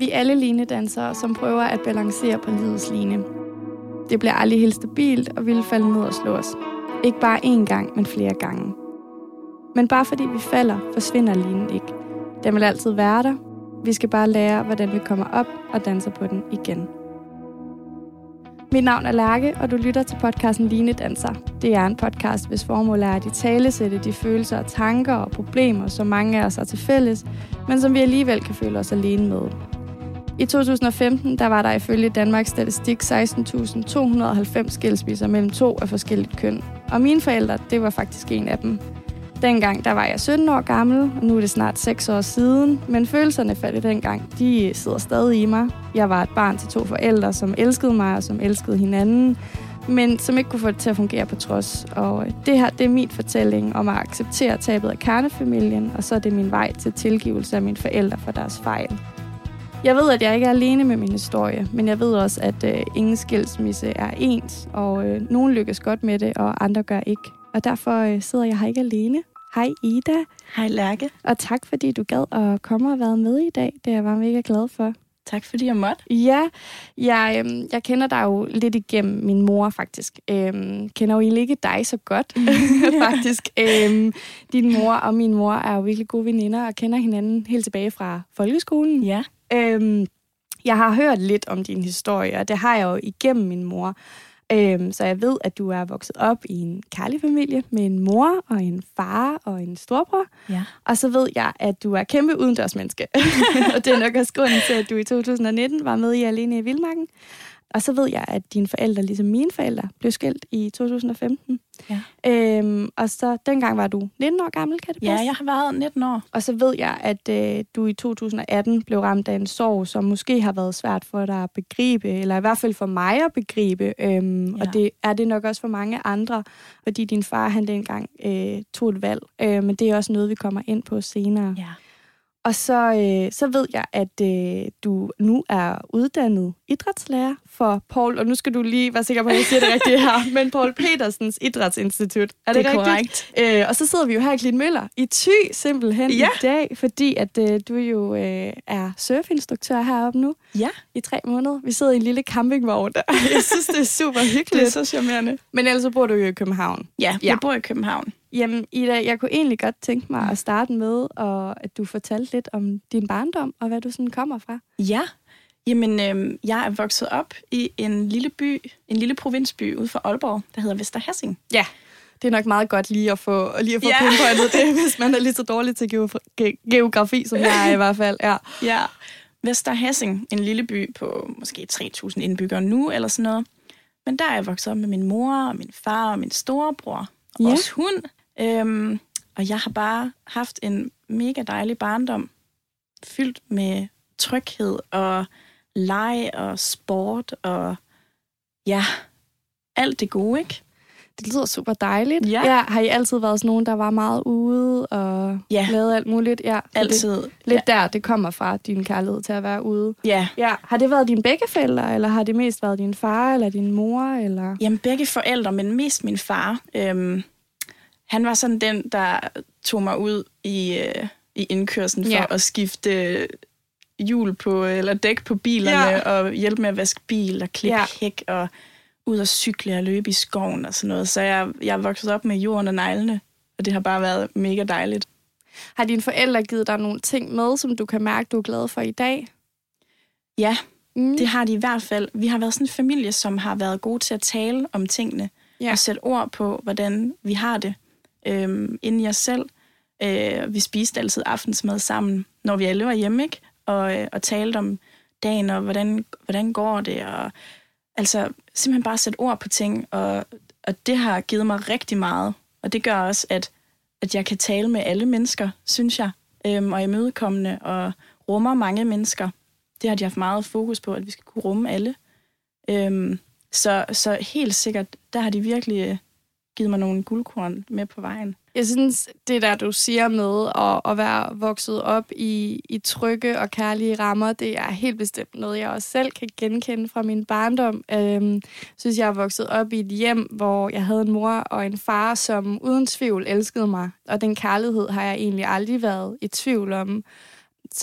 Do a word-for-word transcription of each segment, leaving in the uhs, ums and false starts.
Vi er alle linedansere, som prøver at balancere på livets line. Det bliver aldrig helt stabilt og vil falde ned og slå os. Ikke bare én gang, men flere gange. Men bare fordi vi falder, forsvinder linen ikke. Den vil altid være der. Vi skal bare lære, hvordan vi kommer op og danser på den igen. Mit navn er Lærke, og du lytter til podcasten Linedanser. Det er en podcast, hvis formål er at italesætte de følelser og tanker og problemer, som mange af os har til fælles, men som vi alligevel kan føle os alene med. I to tusind og femten der var der ifølge Danmarks Statistik seksten tusind to hundrede og halvfems skilsmisser mellem to af forskelligt køn. Og mine forældre, det var faktisk en af dem. Dengang der var jeg sytten år gammel, og nu er det snart seks år siden. Men følelserne for det dengang, de sidder stadig i mig. Jeg var et barn til to forældre, som elskede mig og som elskede hinanden, men som ikke kunne få det til at fungere på trods. Og det her, det er min fortælling om at acceptere tabet af kernefamilien, og så er det min vej til tilgivelse af mine forældre for deres fejl. Jeg ved, at jeg ikke er alene med min historie, men jeg ved også, at øh, ingen skilsmisse er ens, og øh, nogen lykkes godt med det, og andre gør ikke. Og derfor øh, sidder jeg her ikke alene. Hej Ida. Hej Lærke. Og tak, fordi du gad at komme og være med i dag. Det er jeg bare mega glad for. Tak, fordi jeg måtte. Ja, jeg, øh, jeg kender dig jo lidt igennem min mor, faktisk. Øhm, kender jo egentlig ikke dig så godt, faktisk. Øhm, din mor og min mor er jo virkelig gode veninder og kender hinanden helt tilbage fra folkeskolen. Ja. Øhm, jeg har hørt lidt om din historie, og det har jeg jo igennem min mor. Øhm, så jeg ved, at du er vokset op i en kærlig familie med en mor og en far og en storbror. Ja. Og så ved jeg, at du er kæmpe udendørsmenneske. Og det er nok også grunden til, at du i to tusind og nitten var med i Alene i Vildmarken. Og så ved jeg, at dine forældre, ligesom mine forældre, blev skilt i to tusind og femten. Ja. Øhm, og så dengang var du nitten år gammel, kan det passe? Ja, jeg har været nitten år. Og så ved jeg, at øh, du i to tusind og atten blev ramt af en sorg, som måske har været svært for dig at begribe, eller i hvert fald for mig at begribe. Øhm, ja. Og det er det nok også for mange andre, fordi din far, han dengang øh, tog et valg. Øh, men det er også noget, vi kommer ind på senere. Ja. Og så, øh, så ved jeg, at øh, du nu er uddannet idrætslærer for Poul, og nu skal du lige være sikker på, at jeg siger det rigtigt her, men Poul Petersens Idrætsinstitut. Er det, det er rigtigt? Korrekt. Øh, og så sidder vi jo her i Klitmøller i Thy simpelthen ja. i dag, fordi at øh, du jo øh, er surfinstruktør heroppe nu. Ja. I tre måneder. Vi sidder i en lille campingvogn der. Jeg synes, det er super hyggeligt. Det er så charmerende. Men ellers så bor du jo i København. Ja, jeg ja. bor i København. Jamen, Ida, jeg kunne egentlig godt tænke mig at starte med, og at du fortalte lidt om din barndom, og hvad du sådan kommer fra. Ja, jamen, øh, jeg er vokset op i en lille by, en lille provinsby ude for Aalborg, der hedder Vester Hassing. Ja, det er nok meget godt lige at få, lige at få ja. pinpointet det, hvis man er lige så dårlig til geografi, geografi som jeg er i hvert fald. Ja. ja, Vester Hassing, en lille by på måske tre tusind indbyggere nu, eller sådan noget. Men der er jeg vokset op med min mor, og min far og min storebror, og ja. vores hund. Øhm, og jeg har bare haft en mega dejlig barndom, fyldt med tryghed og leg og sport og ja, alt det gode, ikke? Det lyder super dejligt. Ja. Ja, har I altid været sådan nogen, der var meget ude og ja. lavede alt muligt? Ja, altid. Det, lidt ja. der, det kommer fra, din kærlighed til at være ude. Ja. ja. Har det været dine begge forældre, eller har det mest været din far eller din mor? Eller? Jamen, begge forældre, men mest min far. Øhm, han var sådan den, der tog mig ud i, øh, i indkørslen for ja. at skifte hjul på, eller dæk på bilerne, ja. og hjælpe med at vaske bil og klippe ja. hæk og ud og cykle og løbe i skoven og sådan noget. Så jeg, jeg er vokset op med jorden og neglene, og det har bare været mega dejligt. Har dine forældre givet dig nogle ting med, som du kan mærke, du er glad for i dag? Ja, mm. det har de i hvert fald. Vi har været sådan en familie, som har været gode til at tale om tingene, ja. og sætte ord på, hvordan vi har det øhm, inde i os selv. Øh, vi spiste altid aftensmad sammen, når vi alle var hjemme, ikke? Og, øh, og talte om dagen, og hvordan, hvordan går det, og altså simpelthen bare sætte ord på ting, og, og det har givet mig rigtig meget. Og det gør også, at, at jeg kan tale med alle mennesker, synes jeg, øhm, og er imødekommende og rummer mange mennesker. Det har de haft meget fokus på, at vi skal kunne rumme alle. Øhm, så, så helt sikkert, der har de virkelig givet mig nogle guldkorn med på vejen. Jeg synes, det der, du siger med at, at være vokset op i, i trygge og kærlige rammer, det er helt bestemt noget, jeg også selv kan genkende fra min barndom. Øhm, synes, jeg er vokset op i et hjem, hvor jeg havde en mor og en far, som uden tvivl elskede mig. Og den kærlighed har jeg egentlig aldrig været i tvivl om. Så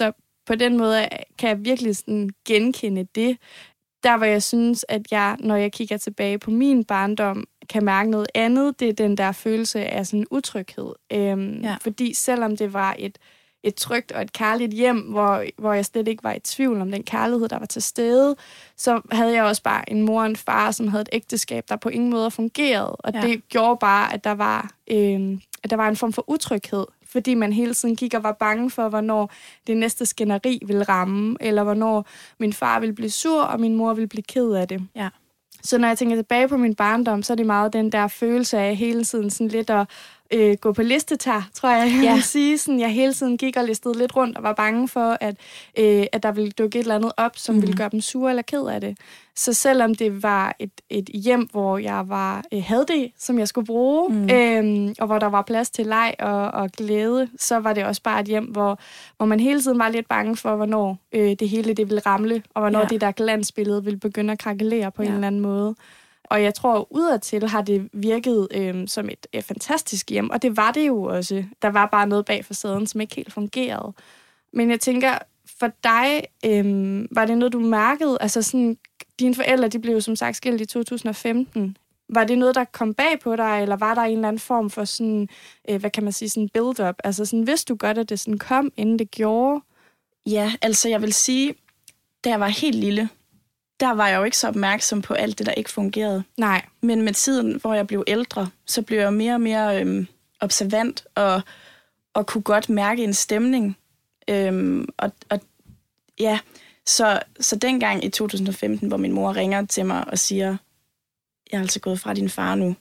på den måde kan jeg virkelig sådan genkende det. Der, hvor jeg synes, at jeg, når jeg kigger tilbage på min barndom, kan mærke noget andet. Det er den der følelse af sådan utryghed. Øhm, ja. Fordi selvom det var et, et trygt og et kærligt hjem, hvor, hvor jeg slet ikke var i tvivl om den kærlighed, der var til stede, så havde jeg også bare en mor og en far, som havde et ægteskab, der på ingen måde fungerede. Og ja. det gjorde bare, at der var, øhm, at der var en form for utryghed. Fordi man hele tiden gik og var bange for, hvornår det næste skænderi ville ramme, eller hvornår min far ville blive sur, og min mor ville blive ked af det. Ja. Så når jeg tænker tilbage på min barndom, så er det meget den der følelse af hele tiden sådan lidt at øh, gå på listetag, tror jeg, jeg ja. vil sige. Sådan, jeg hele tiden gik og listede lidt rundt og var bange for, at, øh, at der ville dukke et eller andet op, som mm. ville gøre dem sure eller ked af det. Så selvom det var et, et hjem, hvor jeg var, øh, havde det, som jeg skulle bruge, mm. øh, og hvor der var plads til leg og, og glæde, så var det også bare et hjem, hvor, hvor man hele tiden var lidt bange for, hvornår øh, det hele det ville ramle, og hvornår ja. det der glansbillede ville begynde at krakelere på ja. en eller anden måde. Og jeg tror, udadtil har det virket øh, som et øh, fantastisk hjem, og det var det jo også. Der var bare noget bag facaden, som ikke helt fungerede. Men jeg tænker, for dig, øh, var det noget, du mærkede? Altså sådan, dine forældre, de blev jo som sagt skilt i to tusind og femten. Var det noget, der kom bag på dig, eller var der en eller anden form for sådan, øh, hvad kan man sige, sådan build-up? Altså sådan, vidste du godt, at det sådan kom, inden det gjorde? Ja, altså jeg vil sige, da jeg var helt lille, der var jeg jo ikke så opmærksom på alt det, der ikke fungerede. Nej. Men med tiden, hvor jeg blev ældre, så blev jeg mere og mere øhm, observant og, og kunne godt mærke en stemning. Øhm, og, og ja, så, så dengang i to tusind og femten, hvor min mor ringer til mig og siger, jeg er altså gået fra din far nu,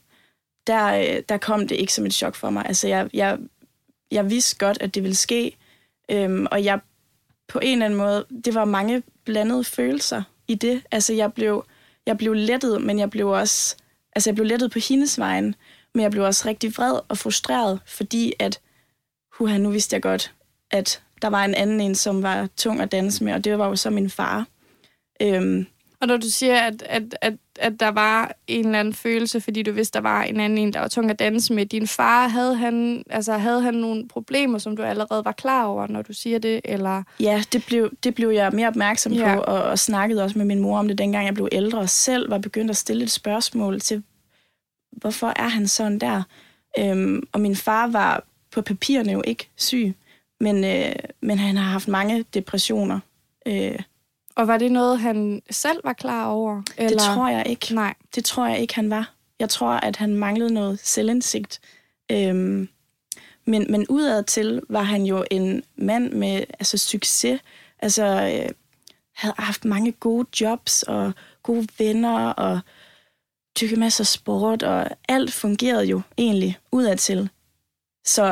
der, der kom det ikke som et chok for mig. Altså, jeg, jeg, jeg vidste godt, at det ville ske, øhm, og jeg på en eller anden måde, det var mange blandede følelser i det. Altså, jeg blev, jeg blev lettet, men jeg blev også, altså, jeg blev lettet på hendes vejen, men jeg blev også rigtig vred og frustreret, fordi at, huha, nu vidste jeg godt, at der var en anden en, som var tung at danse med, og det var jo så min far. Øhm, og når du siger, at, at, at, at der var en eller anden følelse, fordi du vidste, der var en anden en, der var tung at danse med, din far, havde han, altså, havde han nogle problemer, som du allerede var klar over, når du siger det? Eller? Ja, det blev, det blev jeg mere opmærksom ja. på, og, og snakkede også med min mor om det, dengang jeg blev ældre, og selv var begyndt at stille et spørgsmål til, hvorfor er han sådan der? Øhm, og min far var på papirerne jo ikke syg, men, øh, men han har haft mange depressioner. Øh, Og var det noget, han selv var klar over? Eller? Det tror jeg ikke. Nej. Det tror jeg ikke, han var. Jeg tror, at han manglede noget selvindsigt. Øhm, men, men udadtil var han jo en mand med altså, succes. Altså, øh, havde haft mange gode jobs og gode venner og dykket masser af sport, og alt fungerede jo egentlig udadtil. Så,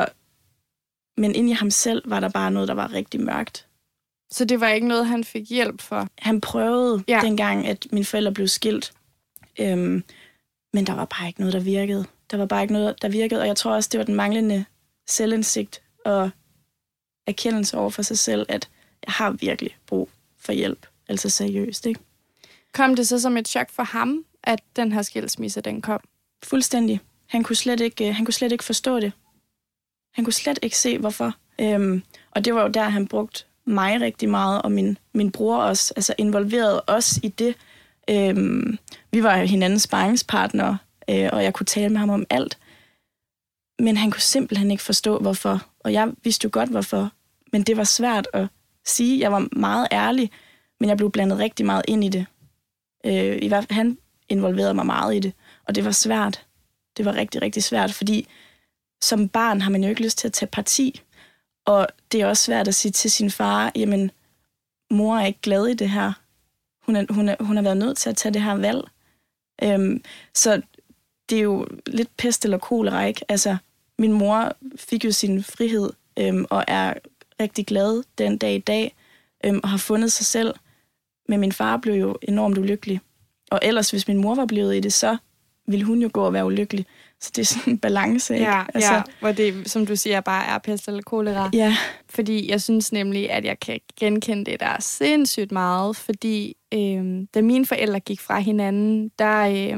men inde i ham selv var der bare noget, der var rigtig mørkt. Så det var ikke noget, han fik hjælp for? Han prøvede ja. dengang, at mine forældre blev skilt. Øhm, men der var bare ikke noget, der virkede. Der var bare ikke noget, der virkede. Og jeg tror også, det var den manglende selvindsigt og erkendelse over for sig selv, at jeg har virkelig brug for hjælp. Altså seriøst, ikke? Kom det så som et chok for ham, at den her skilsmisse, den kom? Fuldstændig. Han kunne slet ikke, han kunne slet ikke forstå det. Han kunne slet ikke se, hvorfor. Øhm, og det var jo der, han brugte mig rigtig meget, og min, min bror også, altså involverede os i det. Øhm, vi var jo hinandens sparringspartnere, øh, og jeg kunne tale med ham om alt. Men han kunne simpelthen ikke forstå, hvorfor. Og jeg vidste jo godt, hvorfor. Men det var svært at sige. Jeg var meget ærlig, men jeg blev blandet rigtig meget ind i det. Øh, i hvert fald, han involverede mig meget i det, og det var svært. Det var rigtig, rigtig svært, fordi som barn har man jo ikke lyst til at tage parti. Og det er også svært at sige til sin far, jamen, mor er ikke glad i det her. Hun, er, hun, er, hun har været nødt til at tage det her valg. Øhm, så det er jo lidt pest eller kolera, ikke? Altså, min mor fik jo sin frihed, øhm, og er rigtig glad den dag i dag, øhm, og har fundet sig selv. Men min far blev jo enormt ulykkelig. Og ellers, hvis min mor var blevet i det, så ville hun jo gå og være ulykkelig. Så det er sådan en balance, ikke? Ja, altså, ja, hvor det, som du siger, bare er pest eller kolera. Ja. Fordi jeg synes nemlig, at jeg kan genkende det der sindssygt meget, fordi øhm, da mine forældre gik fra hinanden, der, øhm,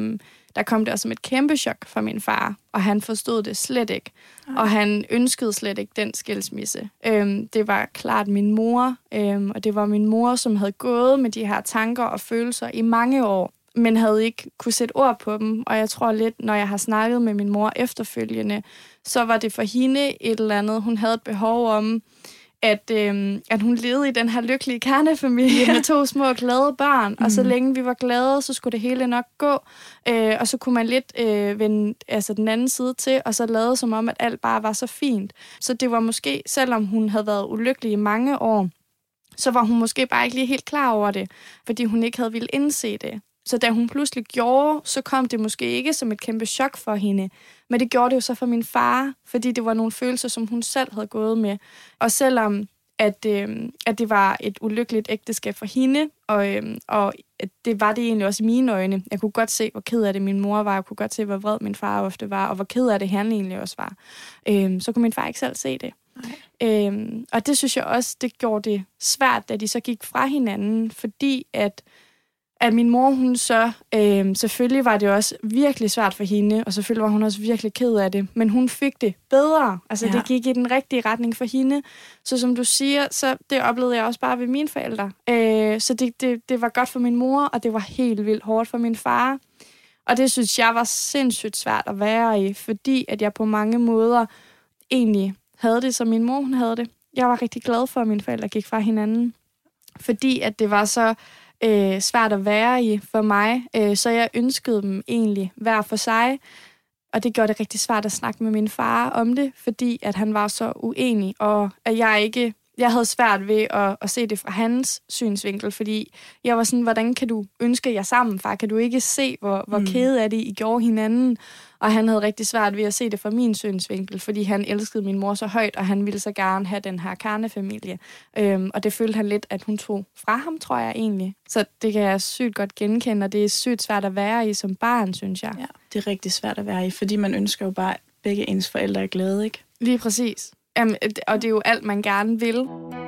der kom det også som et kæmpe chok for min far, og han forstod det slet ikke. Og han ønskede slet ikke den skilsmisse. Øhm, det var klart min mor, øhm, og det var min mor, som havde gået med de her tanker og følelser i mange år, men havde ikke kunne sætte ord på dem. Og jeg tror lidt, når jeg har snakket med min mor efterfølgende, så var det for hende et eller andet, hun havde et behov om, at, øhm, at hun levede i den her lykkelige kernefamilie med to små glade børn, mm. og så længe vi var glade, så skulle det hele nok gå, øh, og så kunne man lidt øh, vende altså den anden side til, og så lade som om, at alt bare var så fint. Så det var måske, selvom hun havde været ulykkelig i mange år, så var hun måske bare ikke lige helt klar over det, fordi hun ikke havde ville indse det. Så da hun pludselig gjorde, så kom det måske ikke som et kæmpe chok for hende. Men det gjorde det jo så for min far, fordi det var nogle følelser, som hun selv havde gået med. Og selvom at, øh, at det var et ulykkeligt ægteskab for hende, og, øh, og det var det egentlig også i mine øjne. Jeg kunne godt se, hvor ked af det min mor var. Jeg kunne godt se, hvor vred min far ofte var, og hvor ked af det han egentlig også var. Øh, så kunne min far ikke selv se det. Øh, og det synes jeg også, det gjorde det svært, da de så gik fra hinanden, fordi at at min mor, hun så, øh, selvfølgelig var det også virkelig svært for hende, og selvfølgelig var hun også virkelig ked af det, men hun fik det bedre. Altså, ja. Det gik i den rigtige retning for hende. Så som du siger, så det oplevede jeg også bare ved mine forældre. Øh, så det, det, det var godt for min mor, og det var helt vildt hårdt for min far. Og det synes jeg var sindssygt svært at være i, fordi at jeg på mange måder egentlig havde det, som min mor, hun havde det. Jeg var rigtig glad for, at mine forældre gik fra hinanden, fordi at det var så Øh, svært at være i for mig, øh, så jeg ønskede dem egentlig hver for sig, og det gjorde det rigtig svært at snakke med min far om det, fordi at han var så uenig, og at jeg ikke, jeg havde svært ved at, at se det fra hans synsvinkel, fordi jeg var sådan, hvordan kan du ønske jer sammen, far? Kan du ikke se, hvor, hvor mm. kede af det, I gjorde hinanden? Og han havde rigtig svært ved at se det fra min synsvinkel, fordi han elskede min mor så højt, og han ville så gerne have den her kernefamilie. Øhm, og det følte han lidt, at hun tog fra ham, tror jeg egentlig. Så det kan jeg sygt godt genkende, og det er sygt svært at være i som barn, synes jeg. Ja, det er rigtig svært at være i, fordi man ønsker jo bare, at begge ens forældre er glade, ikke? Lige præcis. Jamen, og det er jo alt, man gerne vil.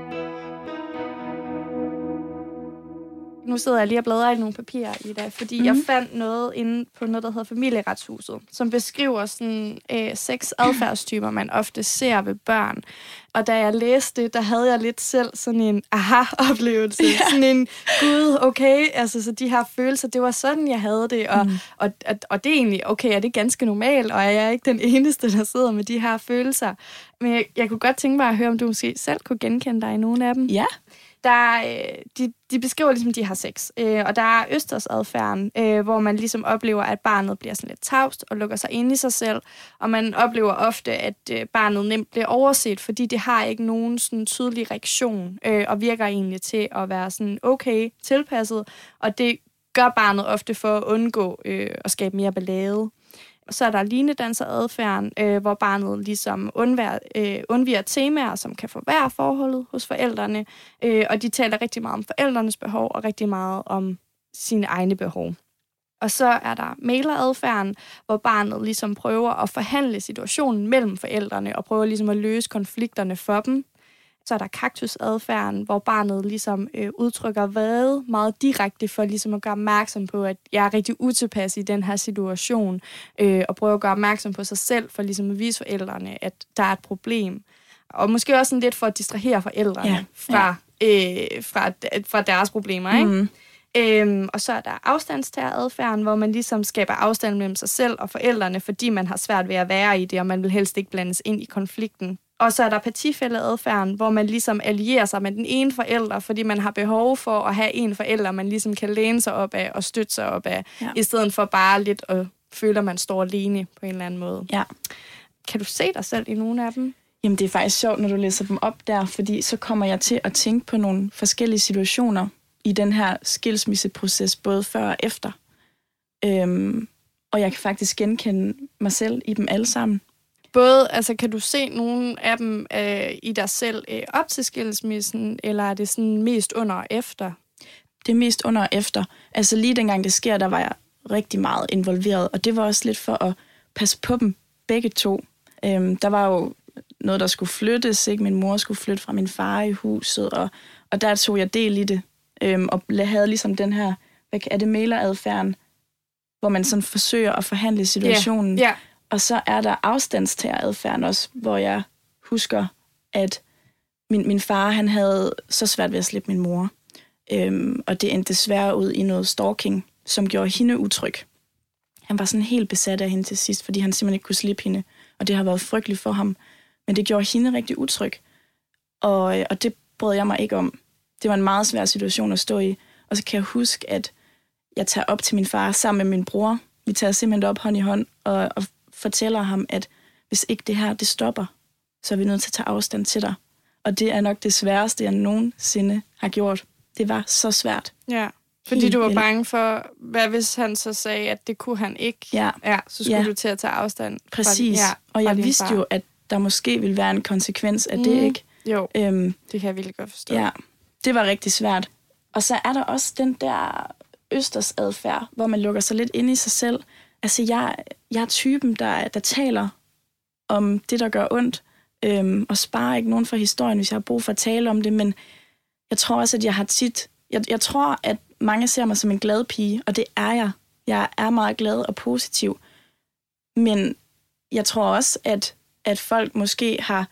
Nu sidder jeg lige og bladrer i nogle papirer i dag, fordi mm. jeg fandt noget inde på noget, der hedder Familieretshuset, som beskriver sådan øh, seks adfærdstyper, man ofte ser ved børn. Og da jeg læste det, der havde jeg lidt selv sådan en aha-oplevelse. Ja. Sådan en, gud, okay, altså så de her følelser, det var sådan, jeg havde det. Og, mm. og, og, og det er egentlig, okay, er det ganske normalt, og er jeg ikke den eneste, der sidder med de her følelser? Men jeg, jeg kunne godt tænke mig at høre, om du måske selv kunne genkende dig i nogle af dem. Ja. Der, de, de beskriver ligesom de her sex, øh, og der er østersadfærden, øh, hvor man ligesom oplever, at barnet bliver sådan lidt tavst og lukker sig ind i sig selv, og man oplever ofte, at øh, barnet nemt bliver overset, fordi det har ikke nogen sådan tydelig reaktion, øh, og virker egentlig til at være sådan okay tilpasset, og det gør barnet ofte for at undgå øh, at skabe mere ballade. Så er der linedanseradfærden, øh, hvor barnet ligesom undværer, øh, undviger temaer, som kan forværre forholdet hos forældrene, øh, og de taler rigtig meget om forældrenes behov og rigtig meget om sine egne behov. Og så er der mægleradfærden, hvor barnet ligesom prøver at forhandle situationen mellem forældrene og prøver ligesom at løse konflikterne for dem. Så er der kaktusadfærden, hvor barnet ligesom øh, udtrykker vrede meget direkte for ligesom at gøre opmærksom på, at jeg er rigtig utilpas i den her situation, øh, og prøver at gøre opmærksom på sig selv for ligesom at vise forældrene, at der er et problem. Og måske også sådan lidt for at distrahere forældrene ja, fra, ja. Øh, fra, fra deres problemer, ikke? Mm. Øhm, og så er der afstandstageradfærden, hvor man ligesom skaber afstand mellem sig selv og forældrene, fordi man har svært ved at være i det, og man vil helst ikke blandes ind i konflikten. Og så er der partifælleadfærden, hvor man ligesom allierer sig med den ene forælder, fordi man har behov for at have en forælder, man ligesom kan læne sig op af og støtte sig op af, ja. I stedet for bare lidt at føle, at man står alene på en eller anden måde. Ja. Kan du se dig selv i nogle af dem? Jamen, det er faktisk sjovt, når du læser dem op der, fordi så kommer jeg til at tænke på nogle forskellige situationer i den her skilsmisseproces, både før og efter. Øhm, og jeg kan faktisk genkende mig selv i dem alle sammen. Både, altså kan du se nogle af dem øh, i dig selv øh, op til skilsmissen, eller er det sådan mest under og efter? Det er mest under og efter. Altså lige dengang det sker, der var jeg rigtig meget involveret, og det var også lidt for at passe på dem begge to. Øhm, der var jo noget, der skulle flyttes, ikke? Min mor skulle flytte fra min far i huset, og, og der tog jeg del i det, øhm, og havde ligesom den her, hvad er det, mægleradfærden, hvor man sådan forsøger at forhandle situationen. Yeah. Yeah. Og så er der afstandstageradfærden også, hvor jeg husker, at min, min far, han havde så svært ved at slippe min mor. Øhm, og det endte desværre ud i noget stalking, som gjorde hende utryg. Han var sådan helt besat af hende til sidst, fordi han simpelthen ikke kunne slippe hende. Og det har været frygteligt for ham. Men det gjorde hende rigtig utryg. Og, og det brød jeg mig ikke om. Det var en meget svær situation at stå i. Og så kan jeg huske, at jeg tager op til min far sammen med min bror. Vi tager simpelthen op hånd i hånd og, og fortæller ham, at hvis ikke det her, det stopper, så er vi nødt til at tage afstand til dig. Og det er nok det sværeste, jeg nogensinde har gjort. Det var så svært. Ja, fordi helt du var bange for, hvad hvis han så sagde, at det kunne han ikke? Ja. Ja, så skulle ja. du til at tage afstand. Præcis. Fra, ja, og jeg vidste far. jo, at der måske ville være en konsekvens af mm. det, ikke? Jo, øhm, det kan jeg virkelig godt forstå. Ja, det var rigtig svært. Og så er der også den der østersadfærd, hvor man lukker sig lidt ind i sig selv. Altså, jeg, jeg er typen, der, der taler om det, der gør ondt, øhm, og sparer ikke nogen for historien, hvis jeg har brug for at tale om det, men jeg tror også, at jeg har tit... Jeg, jeg tror, at mange ser mig som en glad pige, og det er jeg. Jeg er meget glad og positiv. Men jeg tror også, at, at folk måske har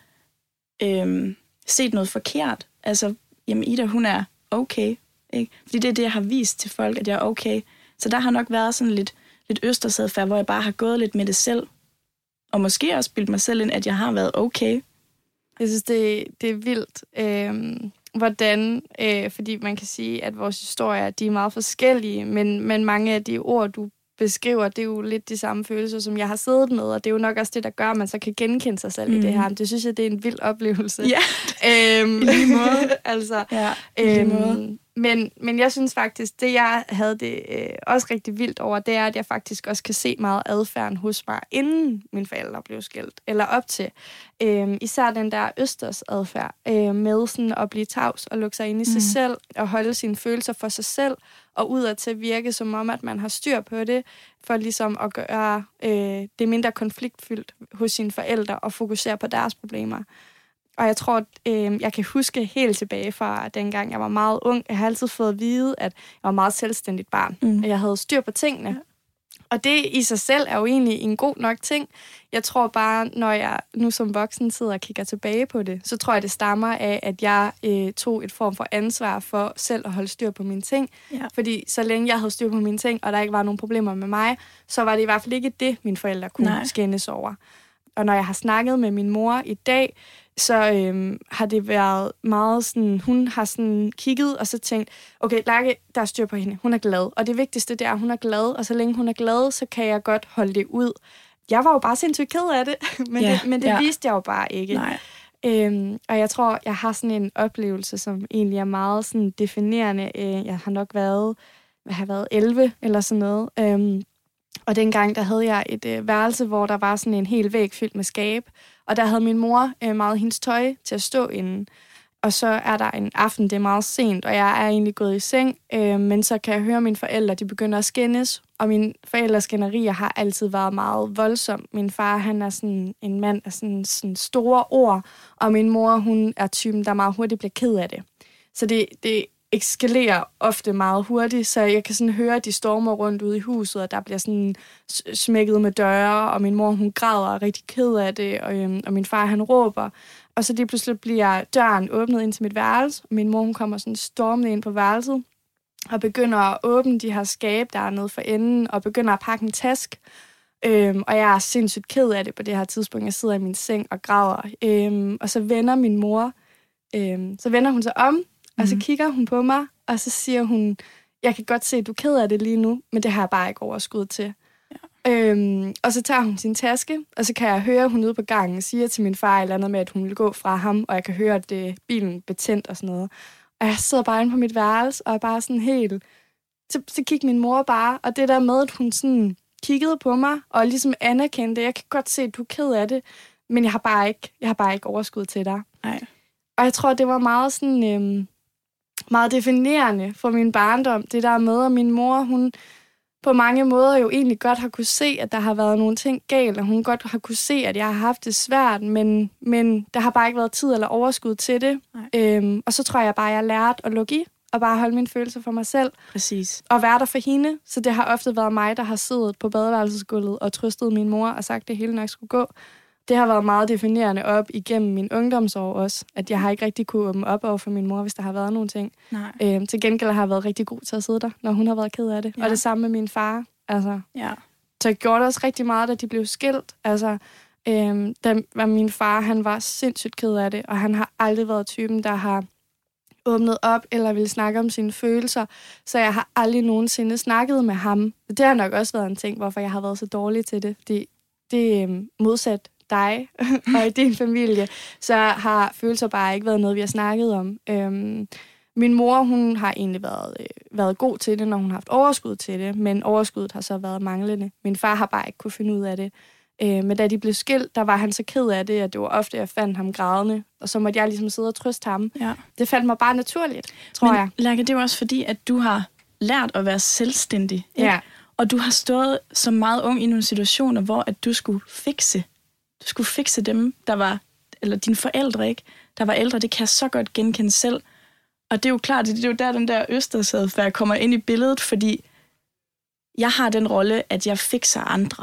øhm, set noget forkert. Altså, jamen Ida, hun er okay. Ikke? Fordi det er det, jeg har vist til folk, at jeg er okay. Så der har nok været sådan lidt, lidt østersadfærd, hvor jeg bare har gået lidt med det selv. Og måske også bildt mig selv ind, at jeg har været okay. Jeg synes, det, det er vildt, øh, hvordan, øh, fordi man kan sige, at vores historier, de er meget forskellige, men, men mange af de ord, du beskriver, det er jo lidt de samme følelser, som jeg har siddet med, og det er jo nok også det, der gør, at man så kan genkende sig selv mm. i det her. Det synes jeg, det er en vild oplevelse. Ja, øhm, i lige måde. altså, ja, i lige øhm, måde. Men, men jeg synes faktisk, det jeg havde det øh, også rigtig vildt over, det er, at jeg faktisk også kan se meget adfærden hos mig, inden mine forældre blev skilt, eller op til. Øh, især den der østers adfærd, øh, med sådan at blive tavs og lukke sig ind i mm. sig selv, og holde sine følelser for sig selv, og udad til virke som om, at man har styr på det, for ligesom at gøre øh, det mindre konfliktfyldt hos sine forældre, og fokusere på deres problemer. Og jeg tror, at øh, jeg kan huske helt tilbage fra dengang, jeg var meget ung. Jeg har altid fået at vide, at jeg var meget selvstændigt barn. Mm. Jeg havde styr på tingene. Ja. Og det i sig selv er jo egentlig en god nok ting. Jeg tror bare, når jeg nu som voksen sidder og kigger tilbage på det, så tror jeg, det stammer af, at jeg øh, tog et form for ansvar for selv at holde styr på mine ting. Ja. Fordi så længe jeg havde styr på mine ting, og der ikke var nogen problemer med mig, så var det i hvert fald ikke det, mine forældre kunne Nej. skændes over. Og når jeg har snakket med min mor i dag, så øhm, har det været meget sådan, hun har sådan kigget og så tænkt, okay, Lærke, der er styr på hende, hun er glad. Og det vigtigste, det er, at hun er glad, og så længe hun er glad, så kan jeg godt holde det ud. Jeg var jo bare sindssygt ked af det, men, ja, det, men det ja. viste jeg jo bare ikke. Nej. Øhm, og jeg tror, jeg har sådan en oplevelse, som egentlig er meget sådan definerende. Øh, jeg har nok været, jeg har været elleve eller sådan noget. Øhm, Og dengang, der havde jeg et øh, værelse, hvor der var sådan en hel væg fyldt med skab. Og der havde min mor øh, meget hendes tøj til at stå inde. Og så er der en aften, det er meget sent, og jeg er egentlig gået i seng. Øh, men så kan jeg høre mine forældre, de begynder at skændes. Og mine forældres skænderier har altid været meget voldsomme. Min far, han er sådan en mand af sådan, sådan store ord. Og min mor, hun er typen, der meget hurtigt bliver ked af det. Så det... det eskalerer ofte meget hurtigt, så jeg kan sådan høre, at de stormer rundt ude i huset, og der bliver sådan smækket med døre, og min mor, hun græder og er rigtig ked af det, og, øhm, og min far, han råber. Og så lige pludselig bliver døren åbnet ind til mit værelse, og min mor, hun kommer sådan stormende ind på værelset, og begynder at åbne de her skab, der er nede for enden, og begynder at pakke en task. Øhm, og jeg er sindssygt ked af det på det her tidspunkt. Jeg sidder i min seng og græder. Øhm, og så vender min mor, øhm, så vender hun sig om, og så kigger hun på mig, og så siger hun, jeg kan godt se, at du er ked af det lige nu, men det har jeg bare ikke overskud til. Ja. Øhm, og så tager hun sin taske, og så kan jeg høre, at hun ude på gangen siger til min far et eller andet med, at hun vil gå fra ham, og jeg kan høre, at det, bilen er betændt og sådan noget. Og jeg sidder bare inde på mit værelse, og er bare sådan helt... Så, så kigger min mor bare, og det der med, at hun sådan kiggede på mig, og ligesom anerkendte, jeg kan godt se, at du er ked af det, men jeg har bare ikke, jeg har bare ikke overskud til dig. Nej. Og jeg tror, det var meget sådan... Øhm, meget definerende for min barndom, det der med, at min mor, hun på mange måder jo egentlig godt har kunne se, at der har været nogle ting galt, og hun godt har kunne se, at jeg har haft det svært, men, men der har bare ikke været tid eller overskud til det. Øhm, og så tror jeg bare, at jeg lærte at lukke i. og bare holde mine følelser for mig selv. Præcis. Og være der for hende. Så det har ofte været mig, der har siddet på badeværelsesgulvet og trøstet min mor og sagt, at det hele nok skulle gå. Det har været meget definerende op igennem min ungdomsår også, at jeg har ikke rigtig kunne åbne op over for min mor, hvis der har været nogle ting. Nej. Øhm, til gengæld har jeg været rigtig god til at sidde der, når hun har været ked af det. Ja. Og det samme med min far. Altså, ja. Så jeg gjorde det også rigtig meget, da de blev skilt. Altså, øhm, da var min far, han var sindssygt ked af det, og han har aldrig været typen, der har åbnet op eller ville snakke om sine følelser. Så jeg har aldrig nogensinde snakket med ham. Det har nok også været en ting, hvorfor jeg har været så dårlig til det. Fordi det er øhm, modsat dig og i din familie, så har følelser bare ikke været noget, vi har snakket om. Øhm, min mor, hun har egentlig været, øh, været god til det, når hun har haft overskud til det, men overskuddet har så været manglende. Min far har bare ikke kunne finde ud af det. Øh, men da de blev skilt, der var han så ked af det, at det var ofte, jeg fandt ham grædende, og så måtte jeg ligesom sidde og trøste ham. Ja. Det faldt mig bare naturligt, tror men, jeg. Lærke, det er jo også fordi, at du har lært at være selvstændig, ikke? Ja. Og du har stået som meget ung i nogle situationer, hvor at du skulle fikse Du skulle fikse dem, der var, eller dine forældre, ikke? Der var ældre, det kan jeg så godt genkende selv. Og det er jo klart, det er jo der, den der østersadfærd kommer ind i billedet, fordi jeg har den rolle, at jeg fikser andre.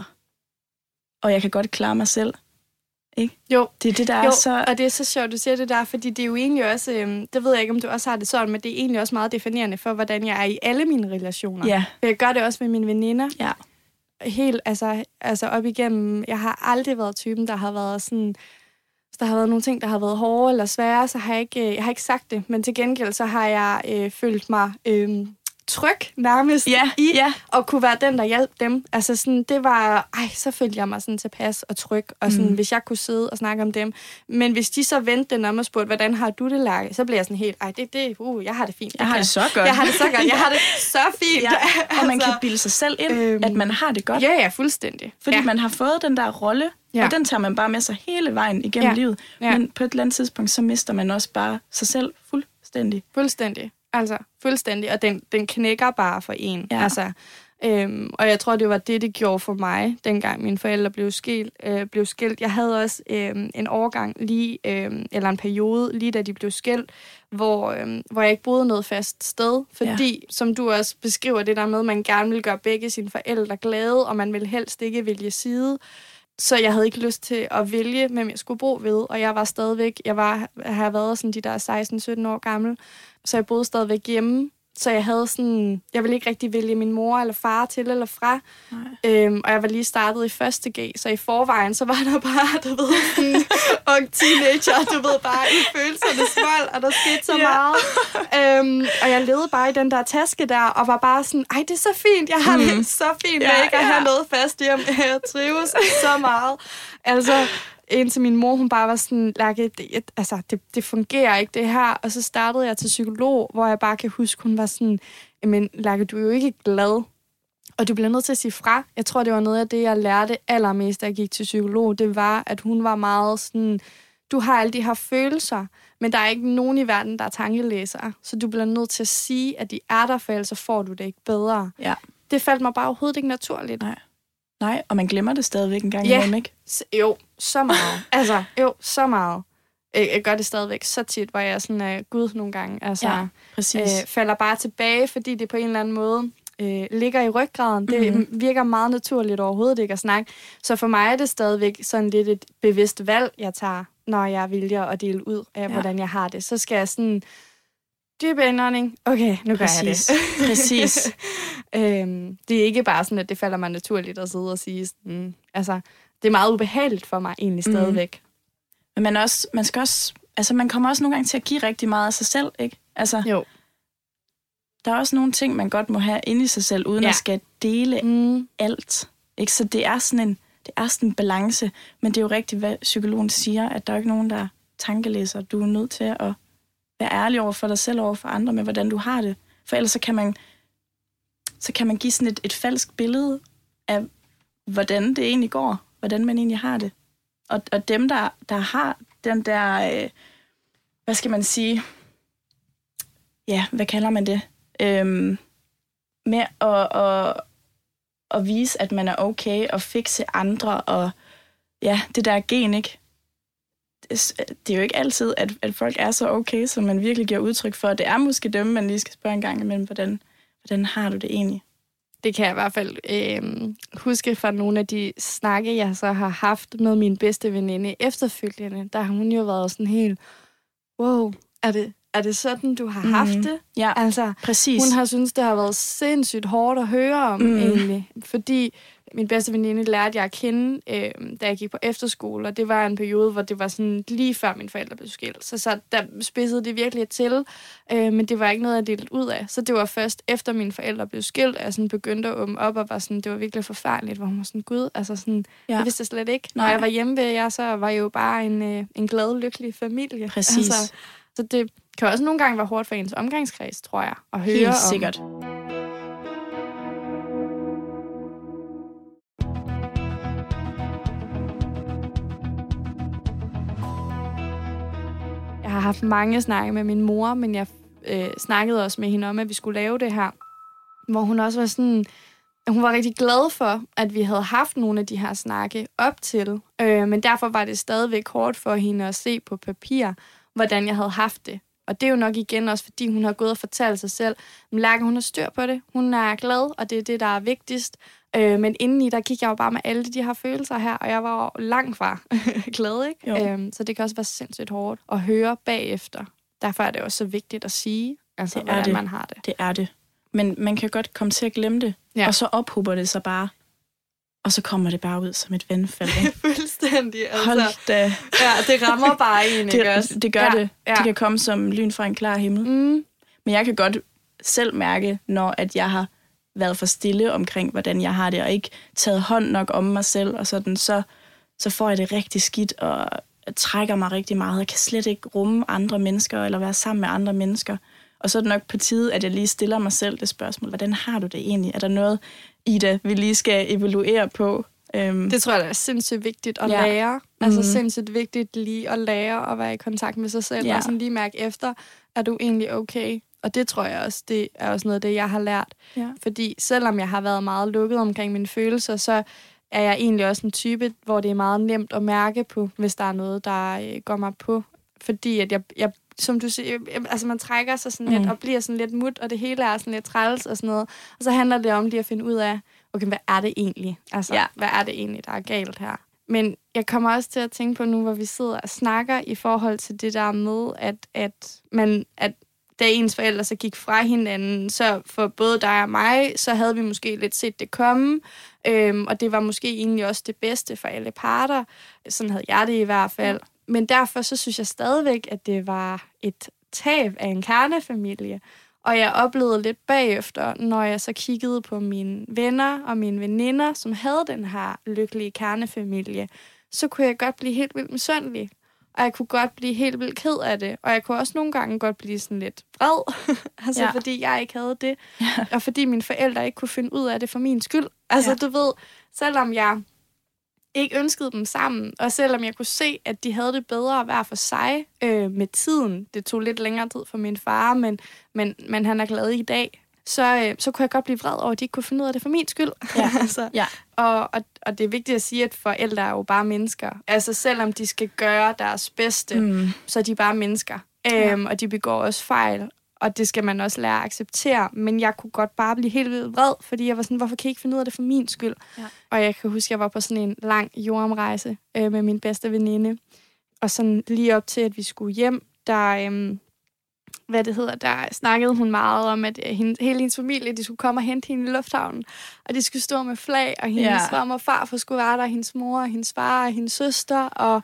Og jeg kan godt klare mig selv. Ikke? Jo, det er det, der jo, er så... og det er så sjovt, du siger det der, fordi det er jo egentlig også, øhm, det ved jeg ikke, om du også har det sådan, men det er egentlig også meget definerende for, hvordan jeg er i alle mine relationer. Ja. Jeg gør det også med mine veninder. Ja. Helt, altså, altså op igennem, jeg har aldrig været typen, der har været sådan, der har været nogle ting, der har været hårde eller svære, så har jeg ikke, jeg har ikke sagt det, men til gengæld, så har jeg øh, følt mig øh, tryg nærmest ja, i, ja. og kunne være den, der hjalp dem. Altså sådan, det var, ej, så følte jeg mig sådan tilpas og tryg, og sådan, mm. hvis jeg kunne sidde og snakke om dem. Men hvis de så vendte den om og spurgte, hvordan har du det, Lærke? Så bliver jeg sådan helt, ej, det, det, uh, jeg har det fint. Jeg, jeg har det så godt. Jeg har det så godt, jeg har det så fint. Ja, og man kan bilde sig selv ind, øhm, at man har det godt. Ja, ja, fuldstændig. Fordi ja. man har fået den der rolle, ja. Og den tager man bare med sig hele vejen igennem ja. livet. Ja. Men på et eller andet tidspunkt, så mister man også bare sig selv fuldstændig. Fuldstændig. Altså, fuldstændig. Og den, den knækker bare for en. Ja. Altså, øhm, og jeg tror, det var det, det gjorde for mig, dengang mine forældre blev skilt. Øh, blev skilt. Jeg havde også øh, en overgang lige, øh, eller en periode, lige da de blev skilt, hvor, øh, hvor jeg ikke boede noget fast sted. Fordi, ja. Som du også beskriver det der med, at man gerne vil gøre begge sine forældre glade, og man vil helst ikke vælge side. Så jeg havde ikke lyst til at vælge, hvem jeg skulle bo ved, og jeg var stadigvæk, jeg var, har været sådan de der seksten sytten år gammel, så jeg boede stadigvæk hjemme, så jeg havde sådan, jeg ville ikke rigtig vælge min mor eller far til eller fra, øhm, og jeg var lige startet i første G, så i forvejen, så var der bare, du ved, sådan ung teenager, du ved, bare i følelsernes vold, og der skete så yeah. meget, øhm, og jeg levede bare i den der taske der, og var bare sådan, ej, det er så fint, jeg har mm. det så fint, yeah, med ikke at yeah. have noget fast hjem, jeg trives så meget, altså, indtil min mor, hun bare var sådan, Lærke, det, altså, det, det fungerer ikke, det her. Og så startede jeg til psykolog, hvor jeg bare kan huske, hun var sådan, men Lærke, du er jo ikke glad, og du bliver nødt til at sige fra. Jeg tror, det var noget af det, jeg lærte allermest, da jeg gik til psykolog. Det var, at hun var meget sådan, du har alle de her følelser, men der er ikke nogen i verden, der er tankelæsere. Så du bliver nødt til at sige, at de er der, for ellers så får du det ikke bedre. Ja. Det faldt mig bare overhovedet ikke naturligt. Nej. Nej, og man glemmer det stadigvæk en gang ja. imellem, ikke? Jo, så meget. altså, jo, så meget. Jeg gør det stadigvæk så tit, hvor jeg sådan er uh, gud nogle gange. Altså, ja, præcis. Øh, falder bare tilbage, fordi det på en eller anden måde øh, ligger i ryggraden. Det mm-hmm. virker meget naturligt overhovedet ikke at snakke. Så for mig er det stadigvæk sådan lidt et bevidst valg, jeg tager, når jeg vælger at dele ud af, ja. Hvordan jeg har det. Så skal jeg sådan... Dyb indånding. Okay, nu gør Præcis. jeg det. Præcis. øhm, det er ikke bare sådan, at det falder mig naturligt at sidde og sige sådan, altså, det er meget ubehageligt for mig egentlig stadigvæk. Mm. Men man, også, man skal også, altså man kommer også nogle gange til at give rigtig meget af sig selv, ikke? Altså, jo. Der er også nogle ting, man godt må have inde i sig selv, uden ja. At skal dele mm. alt. Ikke? Så det er sådan en, det er sådan en balance, men det er jo rigtigt, hvad psykologen siger, at der er ikke nogen, der tankelæser. Du er nødt til at være ærlig over for dig selv og over for andre med, hvordan du har det. For ellers så kan man, så kan man give sådan et, et falsk billede af, hvordan det egentlig går. Hvordan man egentlig har det. Og, og dem, der, der har den der, øh, hvad skal man sige, ja, hvad kalder man det? Øhm, med at, at, at vise, at man er okay, og fikse andre, og ja, det der gen, ikke? det er jo ikke altid, at, at folk er så okay, som man virkelig giver udtryk for. Det er måske dem, man lige skal spørge en gang imellem, hvordan, hvordan har du det egentlig? Det kan jeg i hvert fald øh, huske fra nogle af de snakke, jeg så har haft med min bedste veninde efterfølgende. Der har hun jo været sådan helt, wow, er det, er det sådan, du har haft det? Mm, ja, altså, præcis. Hun har syntes, det har været sindssygt hårdt at høre om, mm. egentlig. Fordi min bedste veninde lærte jeg at kende, øh, da jeg gik på efterskole, og det var en periode, hvor det var sådan lige før mine forældre blev skilt. Så, så der spidsede det virkelig til, øh, men det var ikke noget, jeg delte ud af. Så det var først efter mine forældre blev skilt, at jeg sådan begyndte at åbne op, og var sådan, det var virkelig forfærdeligt, hvor hun var sådan, gud, altså sådan, ja. Jeg vidste det slet ikke. Når Nej. jeg var hjemme ved jer, så var jeg jo bare en, øh, en glad, lykkelig familie. Præcis. Altså, så det kan også nogle gange være hårdt for ens omgangskreds, tror jeg, at høre Helt om. sikkert. Jeg har haft mange snakke med min mor, men jeg øh, snakkede også med hende om, at vi skulle lave det her. Hvor hun også var sådan, hun var rigtig glad for, at vi havde haft nogle af de her snakke op til. Øh, men derfor var det stadigvæk hårdt for hende at se på papir, hvordan jeg havde haft det. Og det er jo nok igen også, fordi hun har gået og fortalt sig selv, at Lærke, hun har styr på det. Hun er glad, og det er det, der er vigtigst. Øh, men indeni, der gik jeg jo bare med alle de her følelser her, og jeg var jo langt fra glad, ikke? Øh, så det kan også være sindssygt hårdt at høre bagefter. Derfor er det også så vigtigt at sige, altså, hvordan det. man har det. Det er det. Men man kan godt komme til at glemme det, ja. Og så ophober det sig bare. Og så kommer det bare ud som et vandfald. Fuldstændig. Altså. Hold da. Ja, det rammer bare en, ikke også? Det, det gør ja, det. Ja. Det kan komme som lyn fra en klar himmel. Mm. Men jeg kan godt selv mærke, når at jeg har været for stille omkring, hvordan jeg har det, og ikke taget hånd nok om mig selv, og sådan, så, så får jeg det rigtig skidt, og trækker mig rigtig meget. Jeg kan slet ikke rumme andre mennesker, eller være sammen med andre mennesker. Og så er det nok på tide, at jeg lige stiller mig selv det spørgsmål, hvordan har du det egentlig? Er der noget, Ida, vi lige skal evaluere på? Um, det tror jeg, det er sindssygt vigtigt at ja. lære. Mm-hmm. Altså sindssygt vigtigt lige at lære at være i kontakt med sig selv, ja. Og sådan lige mærke efter, er du egentlig okay? Og det tror jeg også, det er også noget af det, jeg har lært. Ja. Fordi selvom jeg har været meget lukket omkring mine følelser, så er jeg egentlig også en type, hvor det er meget nemt at mærke på, hvis der er noget, der øh, går mig på. Fordi at jeg, jeg som du siger, altså man trækker sig sådan lidt, mm. og bliver sådan lidt mut, og det hele er sådan lidt træls og sådan noget. Og så handler det om lige at finde ud af, okay, hvad er det egentlig? Altså, ja. hvad er det egentlig, der er galt her? Men jeg kommer også til at tænke på nu, hvor vi sidder og snakker i forhold til det der med, at, at, man, at da ens forældre så gik fra hinanden, så for både dig og mig, så havde vi måske lidt set det komme, øhm, og det var måske egentlig også det bedste for alle parter. Sådan havde jeg det i hvert fald. Ja. Men derfor så synes jeg stadigvæk, at det var et tab af en kernefamilie. Og jeg oplevede lidt bagefter, når jeg så kiggede på mine venner og mine veninder, som havde den her lykkelige kernefamilie, så kunne jeg godt blive helt vildt misundelig. Og jeg kunne godt blive helt vildt ked af det. Og jeg kunne også nogle gange godt blive sådan lidt vred, altså ja. fordi jeg ikke havde det. Ja. Og fordi mine forældre ikke kunne finde ud af det for min skyld. Altså ja. du ved, selvom jeg ikke ønskede dem sammen, og selvom jeg kunne se, at de havde det bedre hver for sig øh, med tiden. Det tog lidt længere tid for min far, men, men, men han er glad i dag. Så, øh, så kunne jeg godt blive vred over, at de ikke kunne finde ud af det for min skyld. Ja. altså, ja. Og, og, og det er vigtigt at sige, at forældre er jo bare mennesker. Altså selvom de skal gøre deres bedste, mm. så er de bare mennesker. Ja. Øhm, og de begår også fejl. Og det skal man også lære at acceptere. Men jeg kunne godt bare blive helt vildt vred, fordi jeg var sådan, hvorfor kan I ikke finde ud af det for min skyld? Ja. Og jeg kan huske, at jeg var på sådan en lang jordomrejse øh, med min bedste veninde. Og sådan lige op til, at vi skulle hjem, der, øh, hvad det hedder, der snakkede hun meget om, at øh, hende, hele hendes familie, de skulle komme og hente hende i lufthavnen. Og de skulle stå med flag, og hendes ja. far og farfar skulle være der, hendes mor, og hendes far og hendes søster, og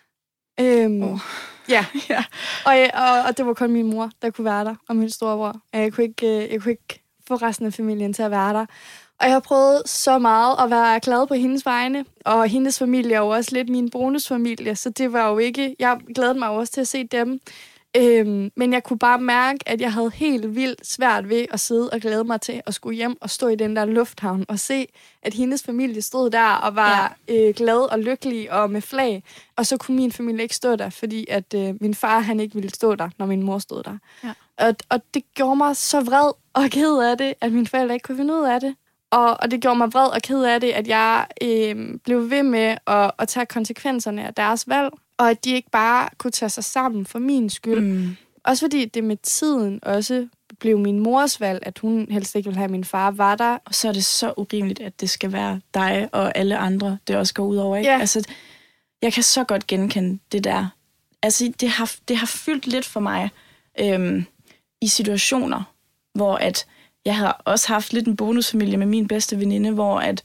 Øhm, oh. Ja, ja. Og, og, og det var kun min mor, der kunne være der, og min storebror. Jeg kunne ikke, jeg kunne ikke få resten af familien til at være der. Og jeg har prøvet så meget at være glad på hendes vegne, og hendes familie er jo også lidt min bonusfamilie, så det var jo ikke... Jeg glædede mig også til at se dem. Øhm, men jeg kunne bare mærke, at jeg havde helt vildt svært ved at sidde og glæde mig til at skulle hjem og stå i den der lufthavn og se, at hendes familie stod der og var ja. øh, glad og lykkelig og med flag. Og så kunne min familie ikke stå der, fordi at øh, min far han ikke ville stå der, når min mor stod der. Ja. Og, og det gjorde mig så vred og ked af det, at mine forældre ikke kunne finde ud af det. Og, og det gjorde mig vred og ked af det, at jeg øh, blev ved med at, at tage konsekvenserne af deres valg. Og at de ikke bare kunne tage sig sammen for min skyld. Mm. Også fordi det med tiden også blev min mors valg, at hun helst ikke ville have, at min far var der. Og så er det så urimeligt, at det skal være dig og alle andre, det også går ud over, ikke? Ja. Altså, jeg kan så godt genkende det der. Altså, det har, det har fyldt lidt for mig øhm, i situationer, hvor at jeg har også haft lidt en bonusfamilie med min bedste veninde, hvor at,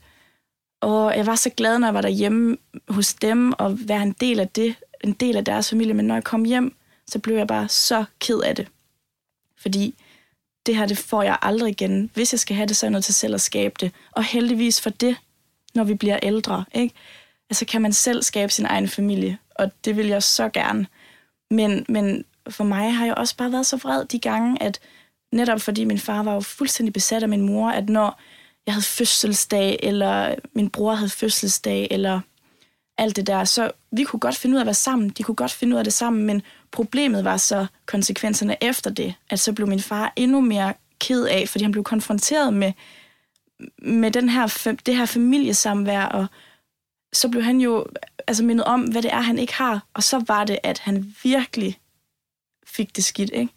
og jeg var så glad, når jeg var derhjemme hos dem, og være en del af det, en del af deres familie, men når jeg kom hjem, så blev jeg bare så ked af det. Fordi det her, det får jeg aldrig igen. Hvis jeg skal have det, så er jeg nødt til selv at skabe det. Og heldigvis for det, når vi bliver ældre, ikke? Altså kan man selv skabe sin egen familie, og det vil jeg så gerne. Men, men for mig har jeg også bare været så vred de gange, at netop fordi min far var jo fuldstændig besat af min mor, at når jeg havde fødselsdag, eller min bror havde fødselsdag, eller alt det der, så vi kunne godt finde ud af at være sammen. De kunne godt finde ud af det sammen, men problemet var så konsekvenserne efter det, at så blev min far endnu mere ked af, fordi han blev konfronteret med, med den her, det her familiesamvær, og så blev han jo altså mindet om, hvad det er, han ikke har, og så var det, at han virkelig fik det skidt, ikke?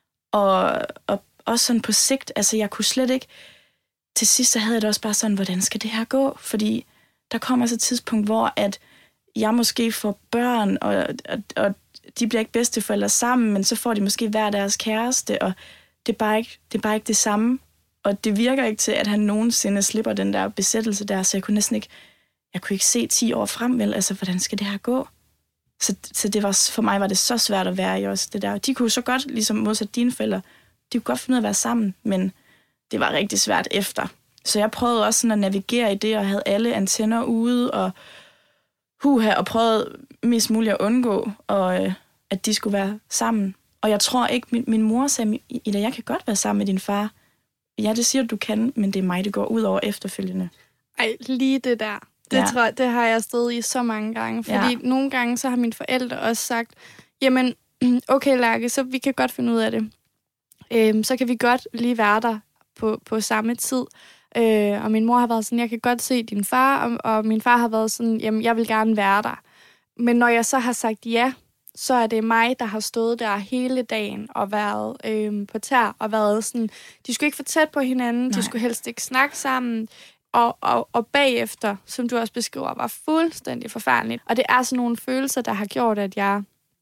Og, og også sådan på sigt, altså jeg kunne slet ikke, til sidst så havde jeg det også bare sådan, hvordan skal det her gå? Fordi der kommer altså et tidspunkt, hvor at jeg måske får børn, og, og, og de bliver ikke bedsteforældre sammen, men så får de måske hver deres kæreste, og det er bare ikke det, er bare ikke det samme. Og det virker ikke til, at han nogensinde slipper den der besættelse der, så jeg kunne næsten ikke, jeg kunne ikke se ti år frem, vel? Altså, hvordan skal det her gå? Så, så det var, for mig var det så svært at være i også det der. De kunne så godt, ligesom modsat dine forældre, de kunne godt finde ud af at være sammen, men det var rigtig svært efter. Så jeg prøvede også sådan at navigere i det, og havde alle antenner ude, og huha, og prøvede mest muligt at undgå, og, øh, at de skulle være sammen. Og jeg tror ikke, min, min mor sagde, Ida, jeg kan godt være sammen med din far. Ja, det siger du kan, men det er mig, det går ud over efterfølgende. Ej, lige det der. Det, ja. tror jeg, det har jeg stået i så mange gange. Fordi ja. nogle gange, så har mine forældre også sagt, jamen, okay Lærke, så vi kan godt finde ud af det. Øhm, så kan vi godt lige være der på, på samme tid. Øh, og min mor har været sådan, jeg kan godt se din far, og, og min far har været sådan, jamen, jeg vil gerne være der. Men når jeg så har sagt ja, så er det mig, der har stået der hele dagen og været øh, på tær, og været sådan, de skulle ikke for tæt på hinanden, Nej. de skulle helst ikke snakke sammen, og, og, og bagefter, som du også beskriver, var fuldstændig forfærdeligt. Og det er sådan nogle følelser, der har gjort, at jeg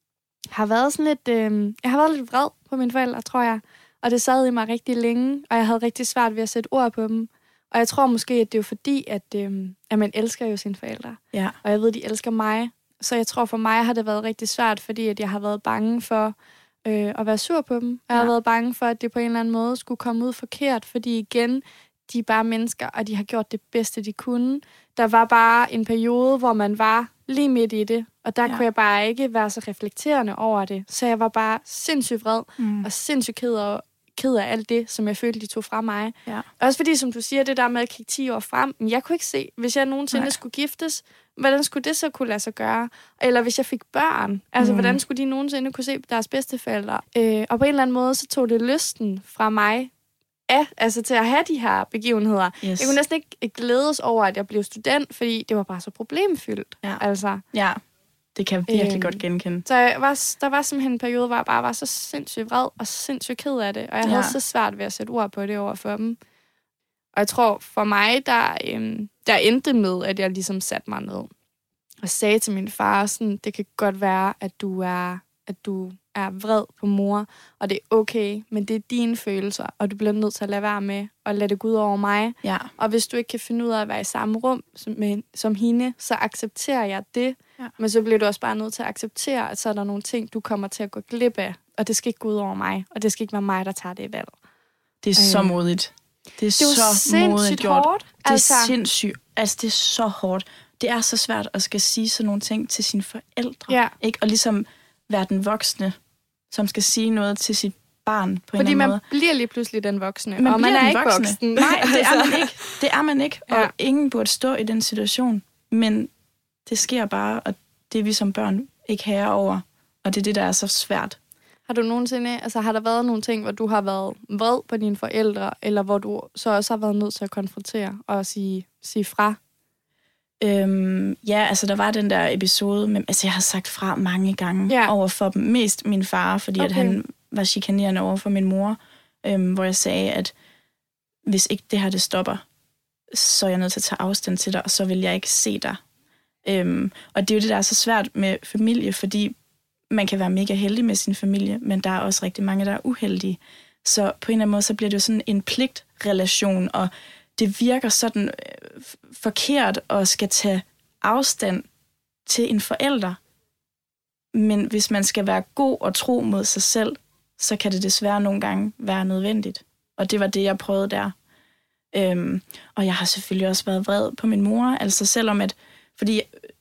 har været sådan lidt, øh, jeg har været lidt vred på mine forældre, tror jeg. Og det sad i mig rigtig længe, og jeg havde rigtig svært ved at sætte ord på dem. Og jeg tror måske, at det er jo fordi, at, øh, at man elsker jo sine forældre. Ja. Og jeg ved, de elsker mig. Så jeg tror, for mig har det været rigtig svært, fordi at jeg har været bange for øh, at være sur på dem. Jeg har ja. været bange for, at det på en eller anden måde skulle komme ud forkert, fordi igen, de er bare mennesker, og de har gjort det bedste, de kunne. Der var bare en periode, hvor man var lige midt i det, og der ja. kunne jeg bare ikke være så reflekterende over det. Så jeg var bare sindssygt vred, mm. og sindssygt ked af, ked af alt det, som jeg følte, de tog fra mig. Ja. Også fordi, som du siger, det der med at kigge ti år frem, jeg kunne ikke se, hvis jeg nogensinde Nej. skulle giftes, hvordan skulle det så kunne lade sig gøre? Eller hvis jeg fik børn, altså mm. hvordan skulle de nogensinde kunne se deres bedsteforældre? Øh, og på en eller anden måde, så tog det lysten fra mig af, altså til at have de her begivenheder. Yes. Jeg kunne næsten ikke glædes over, at jeg blev student, fordi det var bare så problemfyldt. Ja, altså. ja. Det kan jeg virkelig øh, godt genkende. Så jeg var, der var simpelthen en periode, hvor jeg bare var så sindssygt vred og sindssygt ked af det, og jeg ja. havde så svært ved at sætte ord på det over for dem. Og jeg tror, for mig, der, øhm, der endte med, at jeg ligesom satte mig ned og sagde til min far, sådan, det kan godt være, at du er, at du er vred på mor, og det er okay, men det er dine følelser, og du bliver nødt til at lade være med og lade det gå ud over mig. Ja. Og hvis du ikke kan finde ud af at være i samme rum som, med, som hende, så accepterer jeg det. Ja. Men så bliver du også bare nødt til at acceptere, at så er der nogle ting, du kommer til at gå glip af, og det skal ikke gå ud over mig, og det skal ikke være mig, der tager det valg. Det er øh. så modigt. Det er, det er så modigt gjort. Hårdt, altså. Det er sindssygt. Altså, det er så hårdt. Det er så svært at skal sige sådan nogle ting til sine forældre. Ja. Ikke? Og ligesom være den voksne, som skal sige noget til sit barn på Fordi en eller anden måde. Fordi man bliver lige pludselig den voksne, man og man er ikke voksne. voksen. Nej, det er man ikke. Det er man ikke, og ja. ingen burde stå i den situation. Men det sker bare, og det er vi som børn ikke herre over, og det er det, der er så svært. Har du nogensinde, altså har der været nogle ting, hvor du har været vred på dine forældre, eller hvor du så også har været nødt til at konfrontere og sige, sige fra? Øhm, ja, altså der var den der episode, med, altså jeg har sagt fra mange gange ja. over for dem. Mest min far, fordi okay. at han var chikanerende over for min mor, øhm, hvor jeg sagde, at hvis ikke det her det stopper, så er jeg nødt til at tage afstand til dig, og så vil jeg ikke se dig. Øhm, og det er jo det, der er så svært med familie, fordi man kan være mega heldig med sin familie, men der er også rigtig mange, der er uheldige. Så på en eller anden måde, så bliver det jo sådan en pligtrelation, og det virker sådan øh, forkert at skal tage afstand til en forælder. Men hvis man skal være god og tro mod sig selv, så kan det desværre nogle gange være nødvendigt. Og det var det, jeg prøvede der. Øhm, og jeg har selvfølgelig også været vred på min mor, altså selvom at, fordi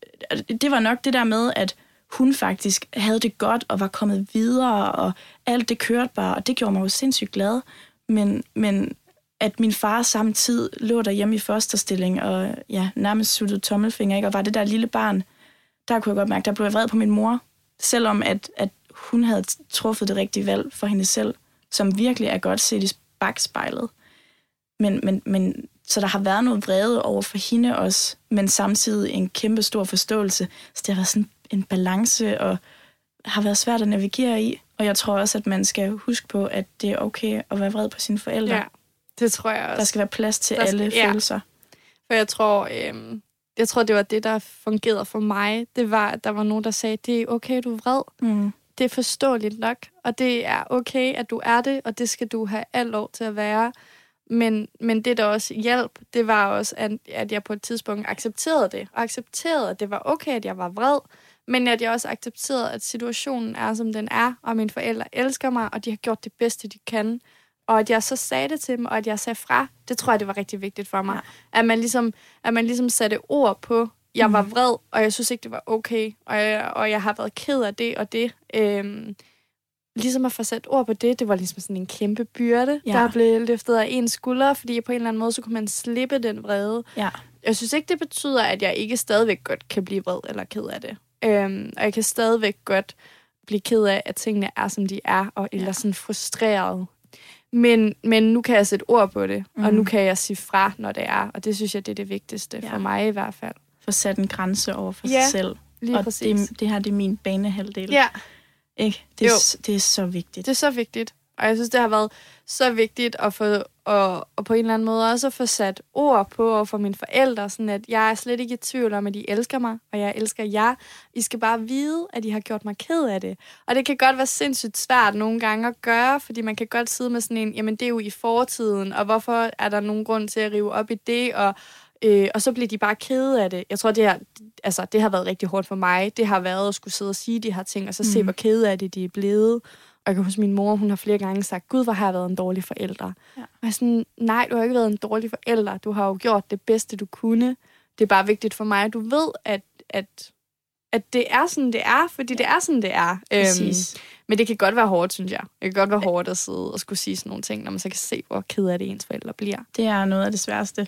det var nok det der med, at hun faktisk havde det godt og var kommet videre, og alt det kørte bare, og det gjorde mig jo sindssygt glad. Men, men at min far samtidig lå derhjemme i fosterstilling, og ja, nærmest suttede tommelfinger, ikke? Og var det der lille barn, der kunne jeg godt mærke, der blev jeg vred på min mor, selvom at, at hun havde truffet det rigtige valg for hende selv, som virkelig er godt set i bagspejlet. Men, men, men, så der har været noget vrede over for hende også, men samtidig en kæmpe stor forståelse. Så det har været sådan en balance, og har været svært at navigere i. Og jeg tror også, at man skal huske på, at det er okay at være vred på sine forældre. Ja, det tror jeg også. Der skal være plads til der alle skal, ja. følelser. For jeg tror, øh, jeg tror, det var det, der fungerede for mig. Det var, at der var nogen, der sagde, det er okay, du er vred. Mm. Det er forståeligt nok, og det er okay, at du er det, og det skal du have alt lov til at være. Men, men det, der også hjalp, det var også, at, at jeg på et tidspunkt accepterede det. Og accepterede, at det var okay, at jeg var vred. Men at jeg også accepterede, at situationen er, som den er. Og mine forældre elsker mig, og de har gjort det bedste, de kan. Og at jeg så sagde det til dem, og at jeg sagde fra, det tror jeg, det var rigtig vigtigt for mig. Ja. At, man ligesom, at man ligesom satte ord på, jeg var vred, og jeg synes ikke, det var okay. Og jeg, og jeg har været ked af det og det. Øhm, Ligesom at få sat ord på det, det var ligesom sådan en kæmpe byrde, ja. der blev løftet af en skulder, fordi på en eller anden måde, så kunne man slippe den vrede. Ja. Jeg synes ikke, det betyder, at jeg ikke stadigvæk godt kan blive vred eller ked af det. Øhm, og jeg kan stadigvæk godt blive ked af, at tingene er, som de er, og eller ja. sådan frustreret. Men, men nu kan jeg sætte ord på det, mm. og nu kan jeg sige fra, når det er, og det synes jeg, det er det vigtigste ja. for mig i hvert fald. For sat en grænse over for ja, sig selv. Lige og præcis. Det, det her, det er min banehalvdel. Ja. Ikke? Det, er, det er så vigtigt. Det er så vigtigt. Og jeg synes, det har været så vigtigt at få, og, og på en eller anden måde også at få sat ord på og for mine forældre, sådan at jeg er slet ikke i tvivl om, at de elsker mig, og jeg elsker jer. I skal bare vide, at de har gjort mig ked af det. Og det kan godt være sindssygt svært nogle gange at gøre, fordi man kan godt sidde med sådan en, jamen det er jo i fortiden, og hvorfor er der nogen grund til at rive op i det, og Øh, og så bliver de bare kede af det. Jeg tror, det, her, altså, det har været rigtig hårdt for mig. Det har været at skulle sidde og sige de her ting, og så mm. se, hvor kede af det de er blevet. Og jeg kan huske, min mor, hun har flere gange sagt, Gud, hvor har jeg været en dårlig forælder. Ja. Og jeg er sådan, nej, du har ikke været en dårlig forælder. Du har jo gjort det bedste, du kunne. Det er bare vigtigt for mig, at du ved, at, at, at det er sådan, det er, fordi det er sådan, det er. Præcis. Øhm, men det kan godt være hårdt, synes jeg. Det kan godt være hårdt at sidde og skulle sige sådan nogle ting, når man så kan se, hvor ked af det ens forældre bliver. Det er noget af det sværeste.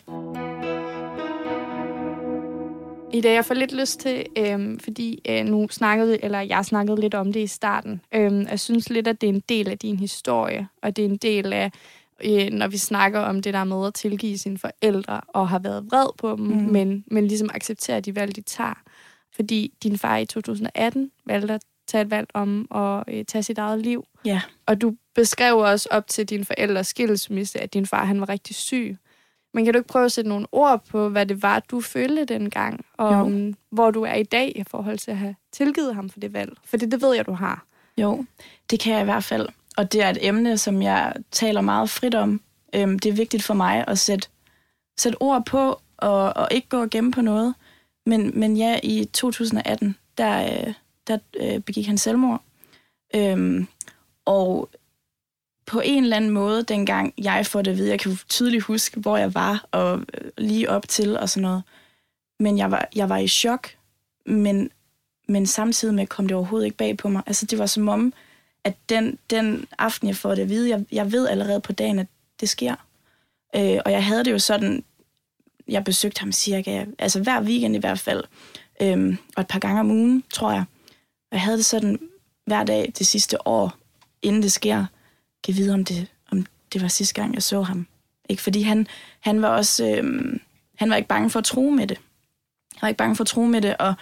Ida, jeg får lidt lyst til, øhm, fordi øh, nu snakkede, eller jeg snakkede lidt om det i starten. Øhm, jeg synes lidt, at det er en del af din historie, og det er en del af, øh, når vi snakker om det der med at tilgive sine forældre, og har været vred på dem, mm. men, men ligesom acceptere de valg, de tager. Fordi din far i to tusind atten valgte at tage et valg om at øh, tage sit eget liv. Ja. Og du beskrev også op til din forældres skilsmisse, at din far han var rigtig syg. Men kan du ikke prøve at sætte nogle ord på, hvad det var, du følte dengang, og um, hvor du er i dag i forhold til at have tilgivet ham for det valg? For det, det ved jeg, du har. Jo, det kan jeg i hvert fald. Og det er et emne, som jeg taler meget frit om. Øhm, det er vigtigt for mig at sætte, sætte ord på, og, og ikke gå og gemme på noget. Men, men ja, i to tusind atten, der, der øh, begik han selvmord. Øhm, og på en eller anden måde, dengang jeg får det at vide, jeg kan tydeligt huske, hvor jeg var, og lige op til og sådan noget. Men jeg var, jeg var i chok, men, men samtidig med kom det overhovedet ikke bag på mig. Altså det var som om, at den, den aften, jeg får det at vide, jeg, jeg ved allerede på dagen, at det sker. Øh, og jeg havde det jo sådan, jeg besøgte ham cirka, altså hver weekend i hvert fald, øh, og et par gange om ugen, tror jeg. Og jeg havde det sådan hver dag det sidste år, inden det sker. Kan vide, om det, om det var sidste gang, jeg så ham. Ikke? Fordi han, han var også, øh, han var ikke bange for at true med det. Jeg var ikke bange for at tro med det, og,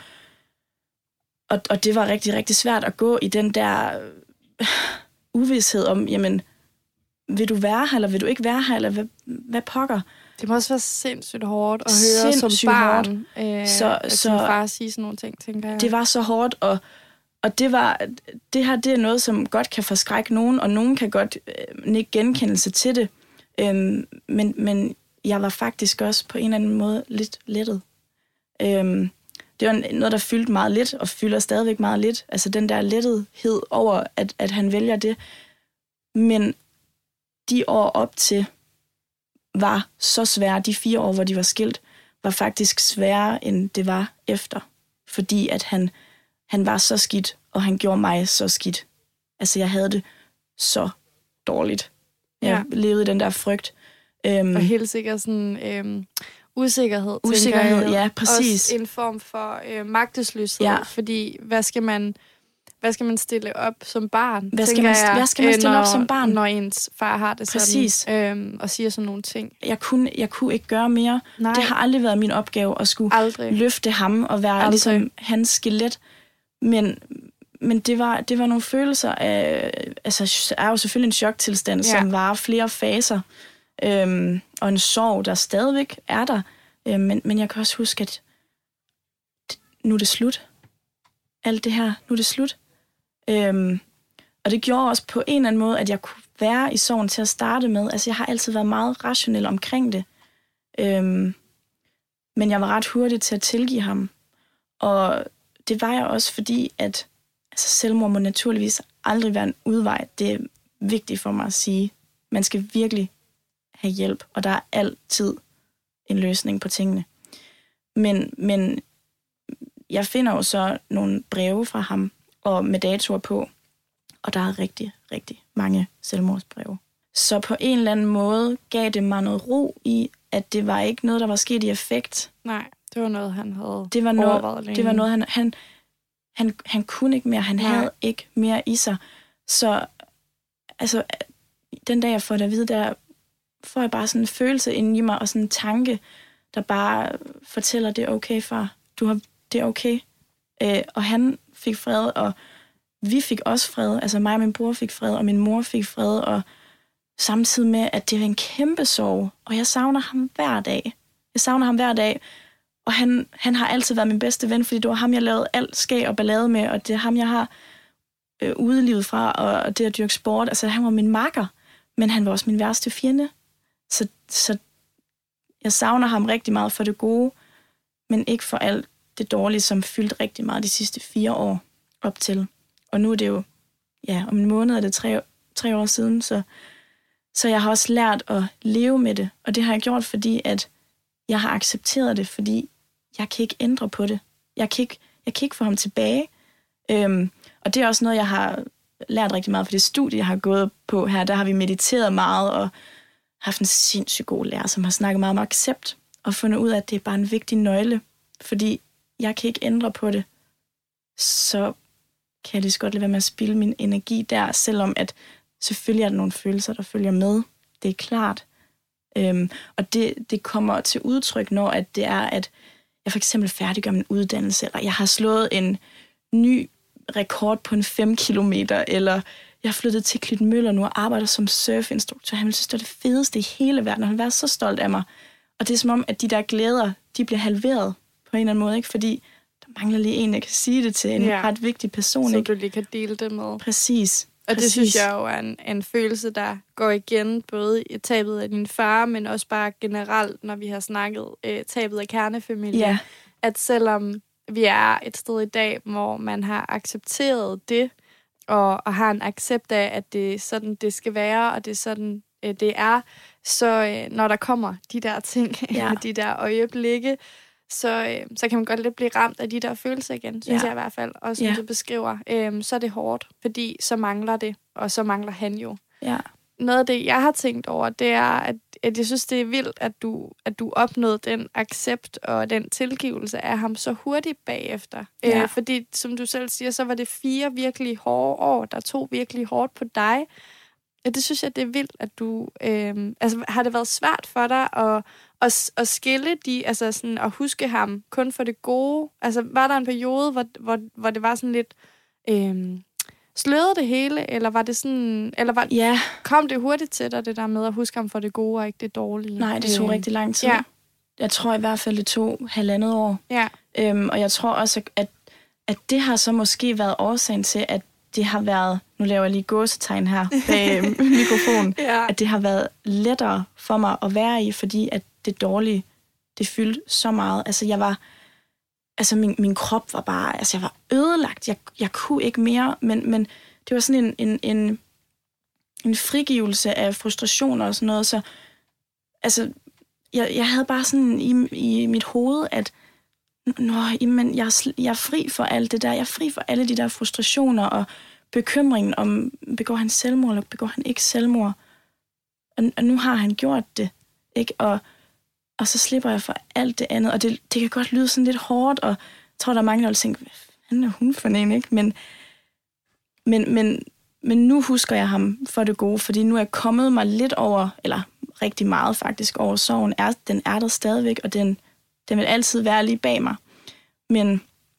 og, og det var rigtig, rigtig svært at gå i den der øh, uvished om, jamen, vil du være her, eller vil du ikke være her, eller hvad, hvad pokker? Det må også være sindssygt hårdt at høre sindssygt som barn, øh, så, at så, din far sige sådan nogle ting, tænker jeg. Det var så hårdt, og, og det, var, det her det er noget, som godt kan forskrække nogen, og nogen kan godt øh, nikke genkendelse til det. Øhm, men, men jeg var faktisk også på en eller anden måde lidt lettet. Øhm, det var noget, der fyldte meget lidt, og fylder stadigvæk meget lidt. Altså den der lettethed over, at, at han vælger det. Men de år op til var så svære. De fire år, hvor de var skilt, var faktisk sværere, end det var efter. Fordi at han, han var så skidt, og han gjorde mig så skidt. Altså jeg havde det så dårligt. Jeg ja. levede i den der frygt. Øhm, og helt sikkert sådan øhm, usikkerhed. Usikkerhed, jeg. ja, præcis. Også en form for øh, magtesløshed, ja. Fordi hvad skal man hvad skal man stille op som barn? Hvad skal man, jeg, hvad skal man stille når, op som barn? Når ens far har det præcis. Sådan, øhm, og siger sådan nogle ting. Jeg kunne, jeg kunne ikke gøre mere. Nej. Det har aldrig været min opgave at skulle aldrig. løfte ham og være aldrig. Ligesom hans skelet. Men Men det var, det var nogle følelser af, altså er jo selvfølgelig en choktilstand, ja. Som var flere faser, øhm, og en sorg, der stadigvæk er der. Øhm, men, men jeg kan også huske, at nu er det slut. Alt det her, nu er det slut. Øhm, og det gjorde også på en eller anden måde, at jeg kunne være i sorgen til at starte med. Altså jeg har altid været meget rationel omkring det. Øhm, men jeg var ret hurtig til at tilgive ham. Og det var jeg også, fordi at altså selvmord må naturligvis aldrig være en udvej. Det er vigtigt for mig at sige. Man skal virkelig have hjælp, og der er altid en løsning på tingene. Men, men jeg finder jo så nogle breve fra ham, og med datoer på, og der er rigtig, rigtig mange selvmordsbreve. Så på en eller anden måde gav det mig noget ro i, at det var ikke noget, der var sket i affekt. Nej, det var noget, han havde det var noget, overvejet længe. Det var noget, han... han Han, han kunne ikke mere, han ja. havde ikke mere i sig. Så altså, den dag, jeg får det at vide, der får jeg bare sådan en følelse inde i mig, og sådan en tanke, der bare fortæller, det er okay, far. Du har, det er okay. Øh, og han fik fred, og vi fik også fred. Altså mig og min bror fik fred, og min mor fik fred, og samtidig med, at det var en kæmpe sorg. Og jeg savner ham hver dag. Jeg savner ham hver dag. Og han, han har altid været min bedste ven, fordi det var ham, jeg lavede alt skæg og ballade med, og det er ham, jeg har øh, udelivet fra, og, og det at dyrke sport. Altså, han var min makker, men han var også min værste fjende. Så, så jeg savner ham rigtig meget for det gode, men ikke for alt det dårlige, som fyldte rigtig meget de sidste fire år op til. Og nu er det jo, ja, om en måned er det tre, tre år siden, så, så jeg har også lært at leve med det. Og det har jeg gjort, fordi at jeg har accepteret det, fordi jeg kan ikke ændre på det. Jeg kan ikke, jeg kan ikke få ham tilbage. Øhm, og det er også noget, jeg har lært rigtig meget for det studie, jeg har gået på her. Der har vi mediteret meget og haft en sindssygt god lærer, som har snakket meget om accept og fundet ud af, at det er bare en vigtig nøgle. Fordi jeg kan ikke ændre på det, så kan jeg lige så godt lade være med at spilde min energi der, selvom at selvfølgelig er der nogle følelser, der følger med. Det er klart. Øhm, og det, det kommer til udtryk, når at det er, at jeg for eksempel færdiggør min uddannelse, eller jeg har slået en ny rekord på en fem kilometer, eller jeg har flyttet til Klitmøller nu og arbejder som surfinstruktør. Han vil synes, det er det fedeste i hele verden, og han vil være så stolt af mig. Og det er som om, at de der glæder, de bliver halveret på en eller anden måde, ikke? Fordi der mangler lige en, der kan sige det til en ja. ret vigtig person. Så ikke? du lige kan dele det med. Præcis. Og Præcis. det synes jeg jo er en, en følelse, der går igen, både i tabet af din far, men også bare generelt, når vi har snakket øh, tabet af kernefamilien. Ja. At selvom vi er et sted i dag, hvor man har accepteret det, og, og har en accept af, at det er sådan, det skal være, og det er sådan, øh, det er, så øh, når der kommer de der ting, ja. de der øjeblikke, så, øh, så kan man godt lidt blive ramt af de der følelser igen, synes ja. jeg i hvert fald. Og som ja. du beskriver, øh, så er det hårdt, fordi så mangler det, og så mangler han jo. Ja. Noget af det, jeg har tænkt over, det er, at, at jeg synes, det er vildt, at du, at du opnåede den accept og den tilgivelse af ham så hurtigt bagefter. Ja. Øh, fordi, som du selv siger, så var det fire virkelig hårde år, der tog virkelig hårdt på dig. Ja, det synes jeg, det er vildt, at du... Øh, altså, har det været svært for dig at, at, at skille de... Altså, sådan at huske ham kun for det gode? Altså, var der en periode, hvor, hvor, hvor det var sådan lidt... Øh, slørede det hele, eller var det sådan... Eller var, ja. kom det hurtigt til dig, det der med at huske ham for det gode, og ikke det dårlige? Nej, det tog øh, rigtig lang tid. Ja. Jeg tror i hvert fald, det tog halvandet år. Ja. Øhm, og jeg tror også, at, at det har så måske været årsagen til, at det har været... Nu laver jeg lige gåsetegn her bag mikrofonen. Ja. At det har været lettere for mig at være i, fordi at det dårlige, det fyldte så meget. Altså, jeg var... Altså, min, min krop var bare... Altså, jeg var ødelagt. Jeg, jeg kunne ikke mere, men, men det var sådan en, en, en, en frigivelse af frustrationer og sådan noget, så... Altså, jeg, jeg havde bare sådan i, i mit hoved, at Nå, jamen, jeg, er, jeg er fri for alt det der. Jeg er fri for alle de der frustrationer og bekymringen om, begår han selvmord, eller begår han ikke selvmord? Og, og nu har han gjort det, ikke? Og, og så slipper jeg for alt det andet. Og det, det kan godt lyde sådan lidt hårdt, og jeg tror, der er mange, der vil tænke, hvad fanden er hun for en, ikke? Men, men, men, men nu husker jeg ham for det gode, fordi nu er jeg kommet mig lidt over, eller rigtig meget faktisk over sorgen. Er, den er der stadigvæk, og den, den vil altid være lige bag mig. Men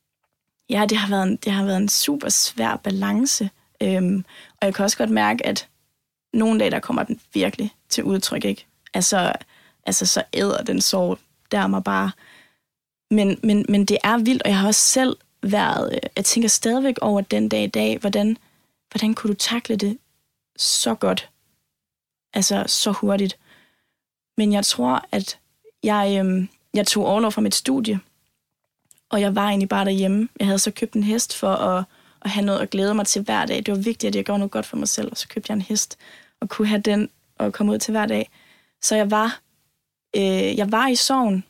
ja, det har været en, det har været en super svær balance. Øhm, og jeg kan også godt mærke, at nogle dage, der kommer den virkelig til udtryk, ikke? Altså, altså så æder den sorg der mig bare. Men, men, men det er vildt, og jeg har også selv været, jeg tænker stadigvæk over den dag i dag, hvordan, hvordan kunne du takle det så godt? Altså så hurtigt. Men jeg tror, at jeg, øhm, jeg tog overlov fra mit studie, og jeg var egentlig bare derhjemme. Jeg havde så købt en hest for at, at have noget at glæde mig til hver dag. Det var vigtigt, at jeg gjorde noget godt for mig selv, og så købte jeg en hest og kunne have den og komme ud til hver dag. Så jeg var, øh, jeg var i sorgen,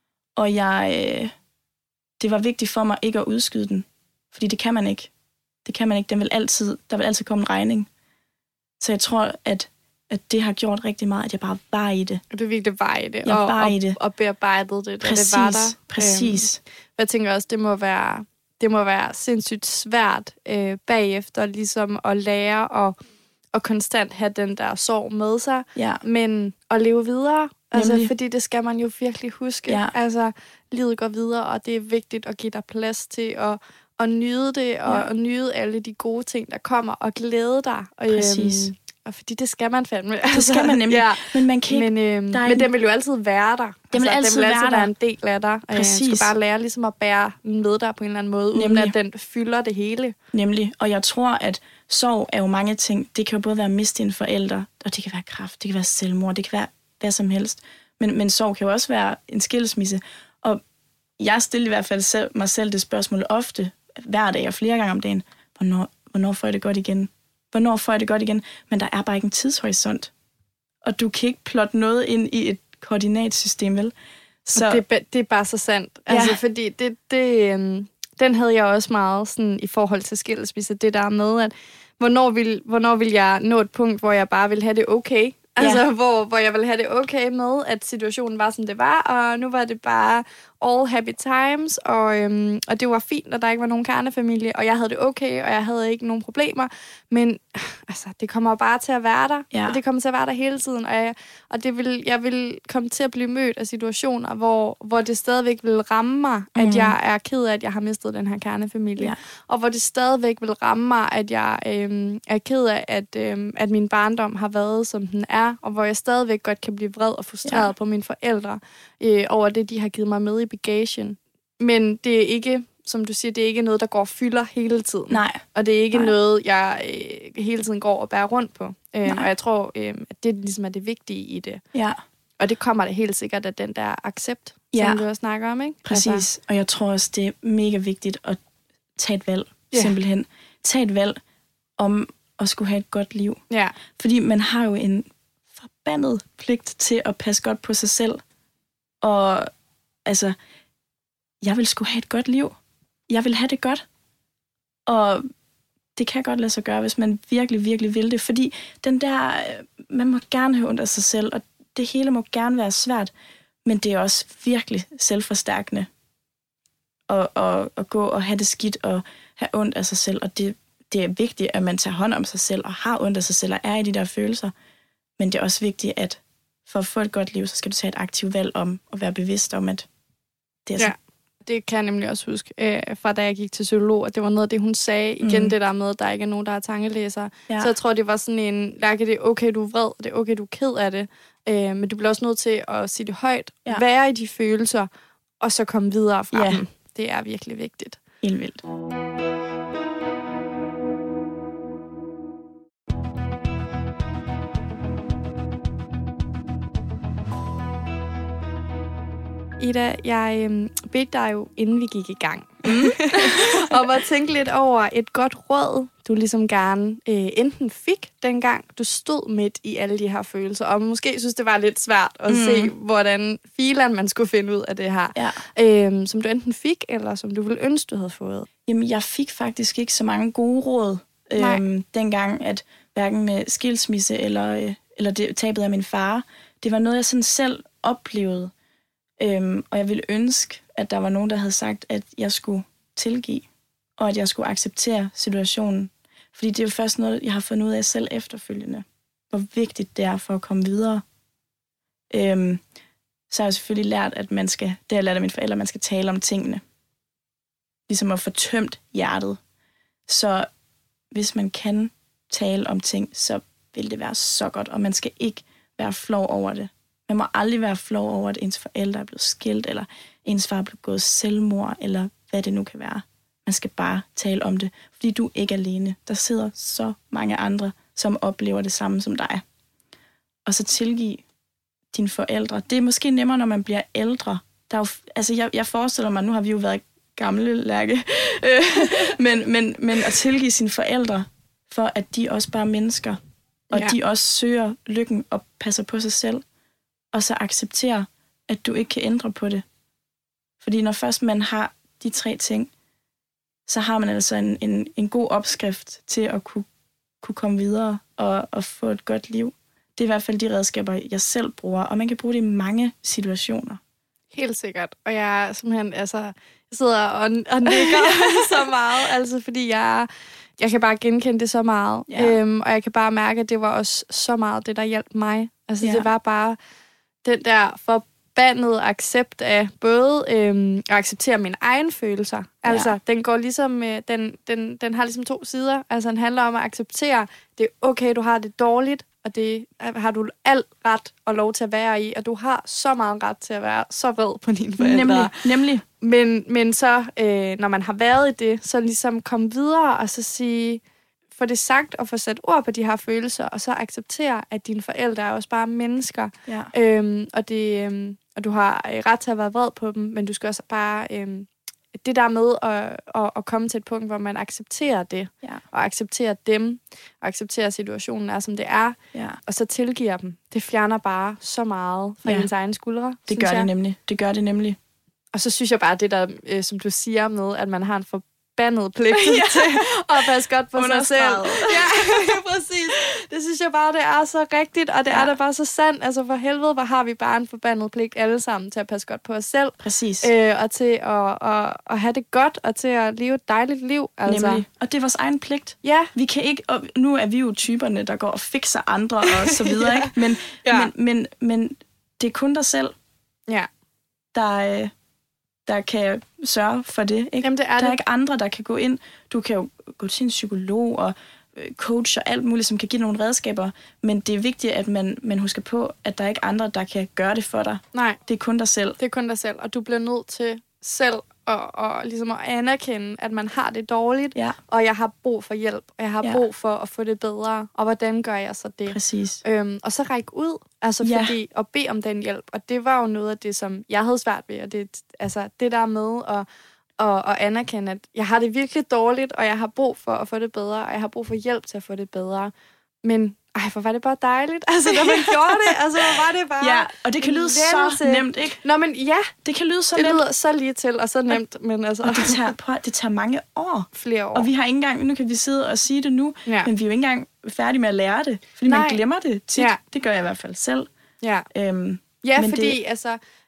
og jeg, øh, det var vigtigt for mig ikke at udskyde den, fordi det kan man ikke. Det kan man ikke. Den vil altid, der vil altid komme en regning. Så jeg tror, at at det har gjort rigtig meget, at jeg bare var i det. Og du virkelig var i det. Jeg og, var og, i det. Og bearbejdede det, da præcis, det var der. Præcis. Øhm, jeg tænker også, det må være, det må være sindssygt svært øh, bagefter, ligesom at lære og, og konstant have den der sorg med sig, ja. Men at leve videre. Altså, fordi det skal man jo virkelig huske. Ja. Altså, livet går videre, og det er vigtigt at give dig plads til at, at nyde det, og ja. At nyde alle de gode ting, der kommer, og glæde dig. Præcis. Øhm, Og fordi det skal man fandme. Det skal man nemlig. Ja. Men man kan ikke... Men, øhm, men den vil jo altid være der. Den vil altså, altid, den vil altid være, være en del af dig. Præcis. Du skal bare lære ligesom at bære den med dig på en eller anden måde, uden at den fylder det hele. Nemlig. Og jeg tror, at sorg er jo mange ting. Det kan jo både være at miste en forælder, og det kan være kræft, det kan være selvmord, det kan være hvad som helst. Men, men sorg kan jo også være en skilsmisse. Og jeg stiller i hvert fald selv, mig selv det spørgsmål ofte, hver dag og flere gange om dagen. Hvornår, hvornår får jeg det godt igen? Hvornår får jeg det godt igen? Men der er bare ikke en tidshorisont. Og du kan ikke plotte noget ind i et koordinatsystem, vel? Så det, det er bare så sandt. Altså, ja. Fordi det, det, øhm, den havde jeg også meget sådan, i forhold til skilsmisse. Det der med, at hvornår vil, hvornår vil jeg nå et punkt, hvor jeg bare vil have det okay? Altså, ja. hvor, hvor jeg vil have det okay med, at situationen var, som det var, og nu var det bare all happy times, og, øhm, og det var fint, og der ikke var nogen kernefamilie, og jeg havde det okay, og jeg havde ikke nogen problemer, men altså, det kommer bare til at være der, ja. og det kommer til at være der hele tiden, og, jeg, og det vil, jeg vil komme til at blive mødt af situationer, hvor, hvor det stadigvæk vil ramme mig, mm. at jeg er ked af, at jeg har mistet den her kernefamilie, ja. Og hvor det stadigvæk vil ramme mig, at jeg øhm, er ked af, at, øhm, at min barndom har været, som den er, og hvor jeg stadigvæk godt kan blive vred og frustreret ja. På mine forældre øh, over det, de har givet mig med i bagagen. Men det er ikke, som du siger, det er ikke noget, der går og fylder hele tiden. Nej. Og det er ikke Nej. noget, jeg øh, hele tiden går og bærer rundt på. Øh, og jeg tror, øh, at det ligesom er det vigtige i det. Ja. Og det kommer det helt sikkert af den der accept, ja. som du også snakker om, ikke? Præcis. Altså. Og jeg tror også, det er mega vigtigt at tage et valg, yeah. simpelthen. Tage et valg om at skulle have et godt liv. Ja. Fordi man har jo en forbandet pligt til at passe godt på sig selv. Og altså, jeg vil sgu have et godt liv. Jeg vil have det godt. Og det kan godt lade sig gøre, hvis man virkelig, virkelig vil det. Fordi den der, man må gerne have ondt af sig selv, og det hele må gerne være svært, men det er også virkelig selvforstærkende at, at, at gå og have det skidt og have ondt af sig selv. Og det, det er vigtigt, at man tager hånd om sig selv, og har ondt af sig selv, og er i de der følelser. Men det er også vigtigt, at for at få et godt liv, så skal du tage et aktivt valg om at være bevidst om, at det er så... Ja, det kan jeg nemlig også huske, øh, fra da jeg gik til psykolog, og det var noget af det, hun sagde. Igen mm. det der med, at der ikke er nogen, der er tankelæsere. Ja. Så jeg tror, det var sådan en, Lærke, det er okay, du er vred, det er okay, du er ked af det, øh, men du bliver også nødt til at sige det højt, ja. Være i de følelser, og så komme videre fra ja. Dem. Det er virkelig vigtigt. Helt vildt. Ida, jeg øh, bedte dig jo, inden vi gik i gang, og var tænke lidt over et godt råd, du ligesom gerne øh, enten fik, dengang du stod midt i alle de her følelser, og måske synes, det var lidt svært at mm. se, hvordan filen man skulle finde ud af det her, ja. øh, som du enten fik, eller som du ville ønske, du havde fået. Jamen, jeg fik faktisk ikke så mange gode råd, øh, dengang, at hverken med skilsmisse eller, øh, eller det, tabet af min far, det var noget, jeg sådan selv oplevede. Øhm, og jeg ville ønske, at der var nogen, der havde sagt, at jeg skulle tilgive, og at jeg skulle acceptere situationen. Fordi det er jo først noget, jeg har fundet ud af selv efterfølgende, hvor vigtigt det er for at komme videre. Øhm, så har jeg selvfølgelig lært, at man skal, det har jeg lært af mine forældre, at man skal tale om tingene. Ligesom at få tømt hjertet. Så hvis man kan tale om ting, så vil det være så godt, og man skal ikke være flov over det. Man må aldrig være flov over, at ens forældre er blevet skilt, eller ens far er blevet gået selvmord, eller hvad det nu kan være. Man skal bare tale om det, fordi du er ikke alene. Der sidder så mange andre, som oplever det samme som dig. Og så tilgive dine forældre. Det er måske nemmere, når man bliver ældre. Der er jo, altså jeg, jeg forestiller mig, nu har vi jo været gamle, Lærke, men, men, men at tilgive sine forældre, for at de også bare er mennesker, og ja. De også søger lykken og passer på sig selv, og så acceptere, at du ikke kan ændre på det. Fordi når først man har de tre ting, så har man altså en, en, en god opskrift til at kunne, kunne komme videre og, og få et godt liv. Det er i hvert fald de redskaber, jeg selv bruger, og man kan bruge det i mange situationer. Helt sikkert. Og jeg er simpelthen, altså, jeg sidder og, og nikker så meget, altså fordi jeg, jeg kan bare genkende det så meget. Ja. Øhm, og jeg kan bare mærke, at det var også så meget det, der hjalp mig. Altså ja. Det var bare den der forbandede accept af både øhm, at acceptere mine egne følelser. Altså, ja. den går ligesom, øh, den, den, den har ligesom to sider. Altså, den handler om at acceptere, det er okay, du har det dårligt, og det har du alt ret og lov til at være i, og du har så meget ret til at være så vred på dine forældre. Nemlig, nemlig. Men, men så, øh, når man har været i det, så ligesom komme videre og så sige, få det sagt og få sat ord på de her følelser, og så acceptere, at dine forældre er også bare mennesker. Ja. Øhm, og, det, øhm, og du har ret til at være vred på dem, men du skal også bare... Øhm, det der med at, at, at komme til et punkt, hvor man accepterer det, ja. Og accepterer dem, og accepterer situationen er, som det er, ja. Og så tilgiver dem. Det fjerner bare så meget fra ja. Ens egne skuldre. Det gør jeg. det nemlig. Det gør det nemlig. Og så synes jeg bare, det der, øh, som du siger med, at man har en forbandet pligt ja. Til at passe godt på sig selv. Ja, præcis. Det synes jeg bare, det er så rigtigt, og det ja. Er da bare så sandt. Altså for helvede, hvor har vi bare en forbandet pligt alle sammen til at passe godt på os selv. Præcis. Øh, og til at, at, at have det godt, og til at leve et dejligt liv. Altså. Nemlig. Og det er vores egen pligt. Ja. Vi kan ikke, og nu er vi jo typerne, der går og fikser andre og så videre, ja. Ikke? Men, ja. men, men, men det er kun dig selv, ja. der... der kan sørge for det. Ikke? Jamen, det er der er det. ikke andre, der kan gå ind. Du kan jo gå til en psykolog og coach og alt muligt, som kan give nogle redskaber, men det er vigtigt, at man, man husker på, at der er ikke andre, der kan gøre det for dig. Nej. Det er kun dig selv. Det er kun dig selv, og du bliver nødt til selv og, og ligesom at anerkende, at man har det dårligt, ja. Og jeg har brug for hjælp, og jeg har ja. Brug for at få det bedre, og hvordan gør jeg så det? Præcis. Øhm, og så række ud, altså ja. Fordi at bede om den hjælp, og det var jo noget af det, som jeg havde svært ved, og det, altså det der med at, at, at anerkende, at jeg har det virkelig dårligt, og jeg har brug for at få det bedre, og jeg har brug for hjælp til at få det bedre, men ej, hvor var det bare dejligt. Altså, da man gjorde det, altså, var det bare... Ja, og det kan lyde så nemt, ikke? Nå, men ja. Det kan lyde så det nemt. Det lyder så lige til, og så nemt, og, men altså... Og det tager, prøv, det tager mange år. Flere år. Og vi har ikke engang... Nu kan vi sidde og sige det nu, ja. Men vi er jo ikke engang færdige med at lære det. Fordi Nej. Man glemmer det tit. Ja. Det gør jeg i hvert fald selv. Ja. Øhm, ja, fordi, det... altså...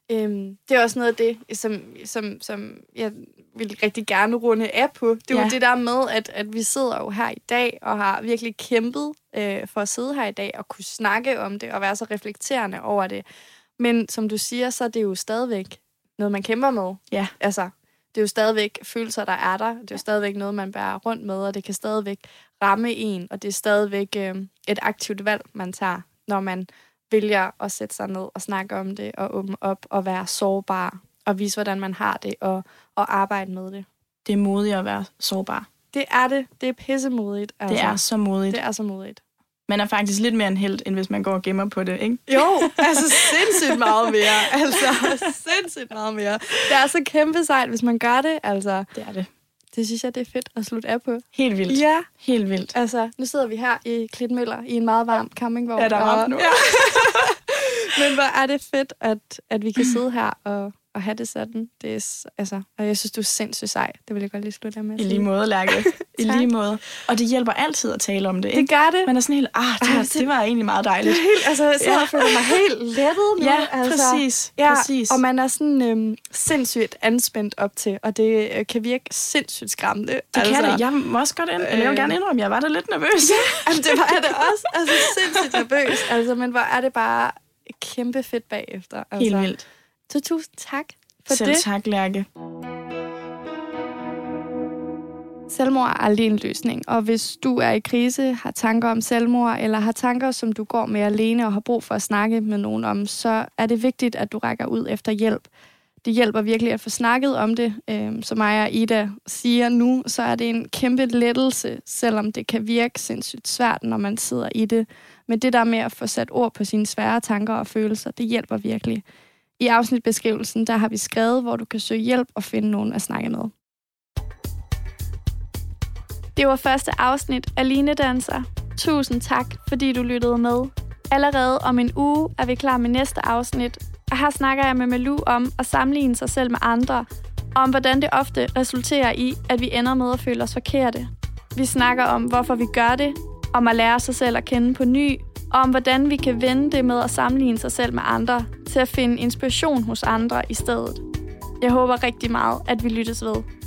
Øhm, det er også noget af det, som, som, som jeg vil rigtig gerne runde af på. Det er ja. jo det der med, at, at vi sidder jo her i dag og har virkelig kæmpet øh, for at sidde her i dag og kunne snakke om det og være så reflekterende over det. Men som du siger, så er det jo stadigvæk noget, man kæmper med. Ja. Altså, det er jo stadigvæk følelser, der er der. Det er jo stadigvæk noget, man bærer rundt med, og det kan stadigvæk ramme en, og det er stadigvæk øh, et aktivt valg, man tager, når man vælger at sætte sig ned og snakke om det, og åbne op og være sårbar, og vise, hvordan man har det, og, og arbejde med det. Det er modigt at være sårbar. Det er det. Det er pissemodigt. Altså. Det er så modigt. Det er så modigt. Man er faktisk lidt mere en helt, end hvis man går og gemmer på det, ikke? Jo, altså sindssygt meget mere. Altså sindssygt meget mere. Det er så kæmpe sejt, hvis man gør det. Altså, det er det. Det synes jeg, det er fedt at slutte af på. Helt vildt. Ja. Helt vildt. Altså, nu sidder vi her i Klitmøller i en meget varm campingvogn. Ja, der er varmt nu. Ja. Men hvor er det fedt, at, at vi kan sidde her og, og have det sådan. Det er, altså, og jeg synes, du er sindssygt sej. Det vil jeg godt lige slutte af med. I lige måde, Lærke. I lige måde. Og det hjælper altid at tale om det, ikke? Det gør det. Man er sådan helt, ah, det, var, det var egentlig meget dejligt. Det er helt, altså, jeg sidder ja. og føler mig helt lettet nu. Ja, altså. præcis. Ja, præcis. Og man er sådan øhm, sindssygt anspændt op til, og det øh, kan virke sindssygt skræmmende. Det altså. kan det. Jeg må også godt ind, øh, jeg vil gerne indrømme, jeg var da lidt nervøs. Ja, altså, det var jeg da også. Altså, sindssygt nervøs. Altså, men hvor er det bare kæmpe fedt bagefter. Altså. Helt vildt. Så tusind tak for Selv det. Selv tak, Lærke. Selvmord er aldrig en løsning, og hvis du er i krise, har tanker om selvmord, eller har tanker, som du går med alene og har brug for at snakke med nogen om, så er det vigtigt, at du rækker ud efter hjælp. Det hjælper virkelig at få snakket om det. Øhm, som mig og Ida siger nu, så er det en kæmpe lettelse, selvom det kan virke sindssygt svært, når man sidder i det. Men det der med at få sat ord på sine svære tanker og følelser, det hjælper virkelig. I afsnitbeskrivelsen, der har vi skrevet, hvor du kan søge hjælp og finde nogen at snakke med. Det var første afsnit af Line Danser. Tusind tak, fordi du lyttede med. Allerede om en uge er vi klar med næste afsnit, og her snakker jeg med Malou om at sammenligne sig selv med andre, og om hvordan det ofte resulterer i, at vi ender med at føle os forkerte. Vi snakker om, hvorfor vi gør det, om at lære sig selv at kende på ny, og om hvordan vi kan vende det med at sammenligne sig selv med andre, til at finde inspiration hos andre i stedet. Jeg håber rigtig meget, at vi lyttes ved.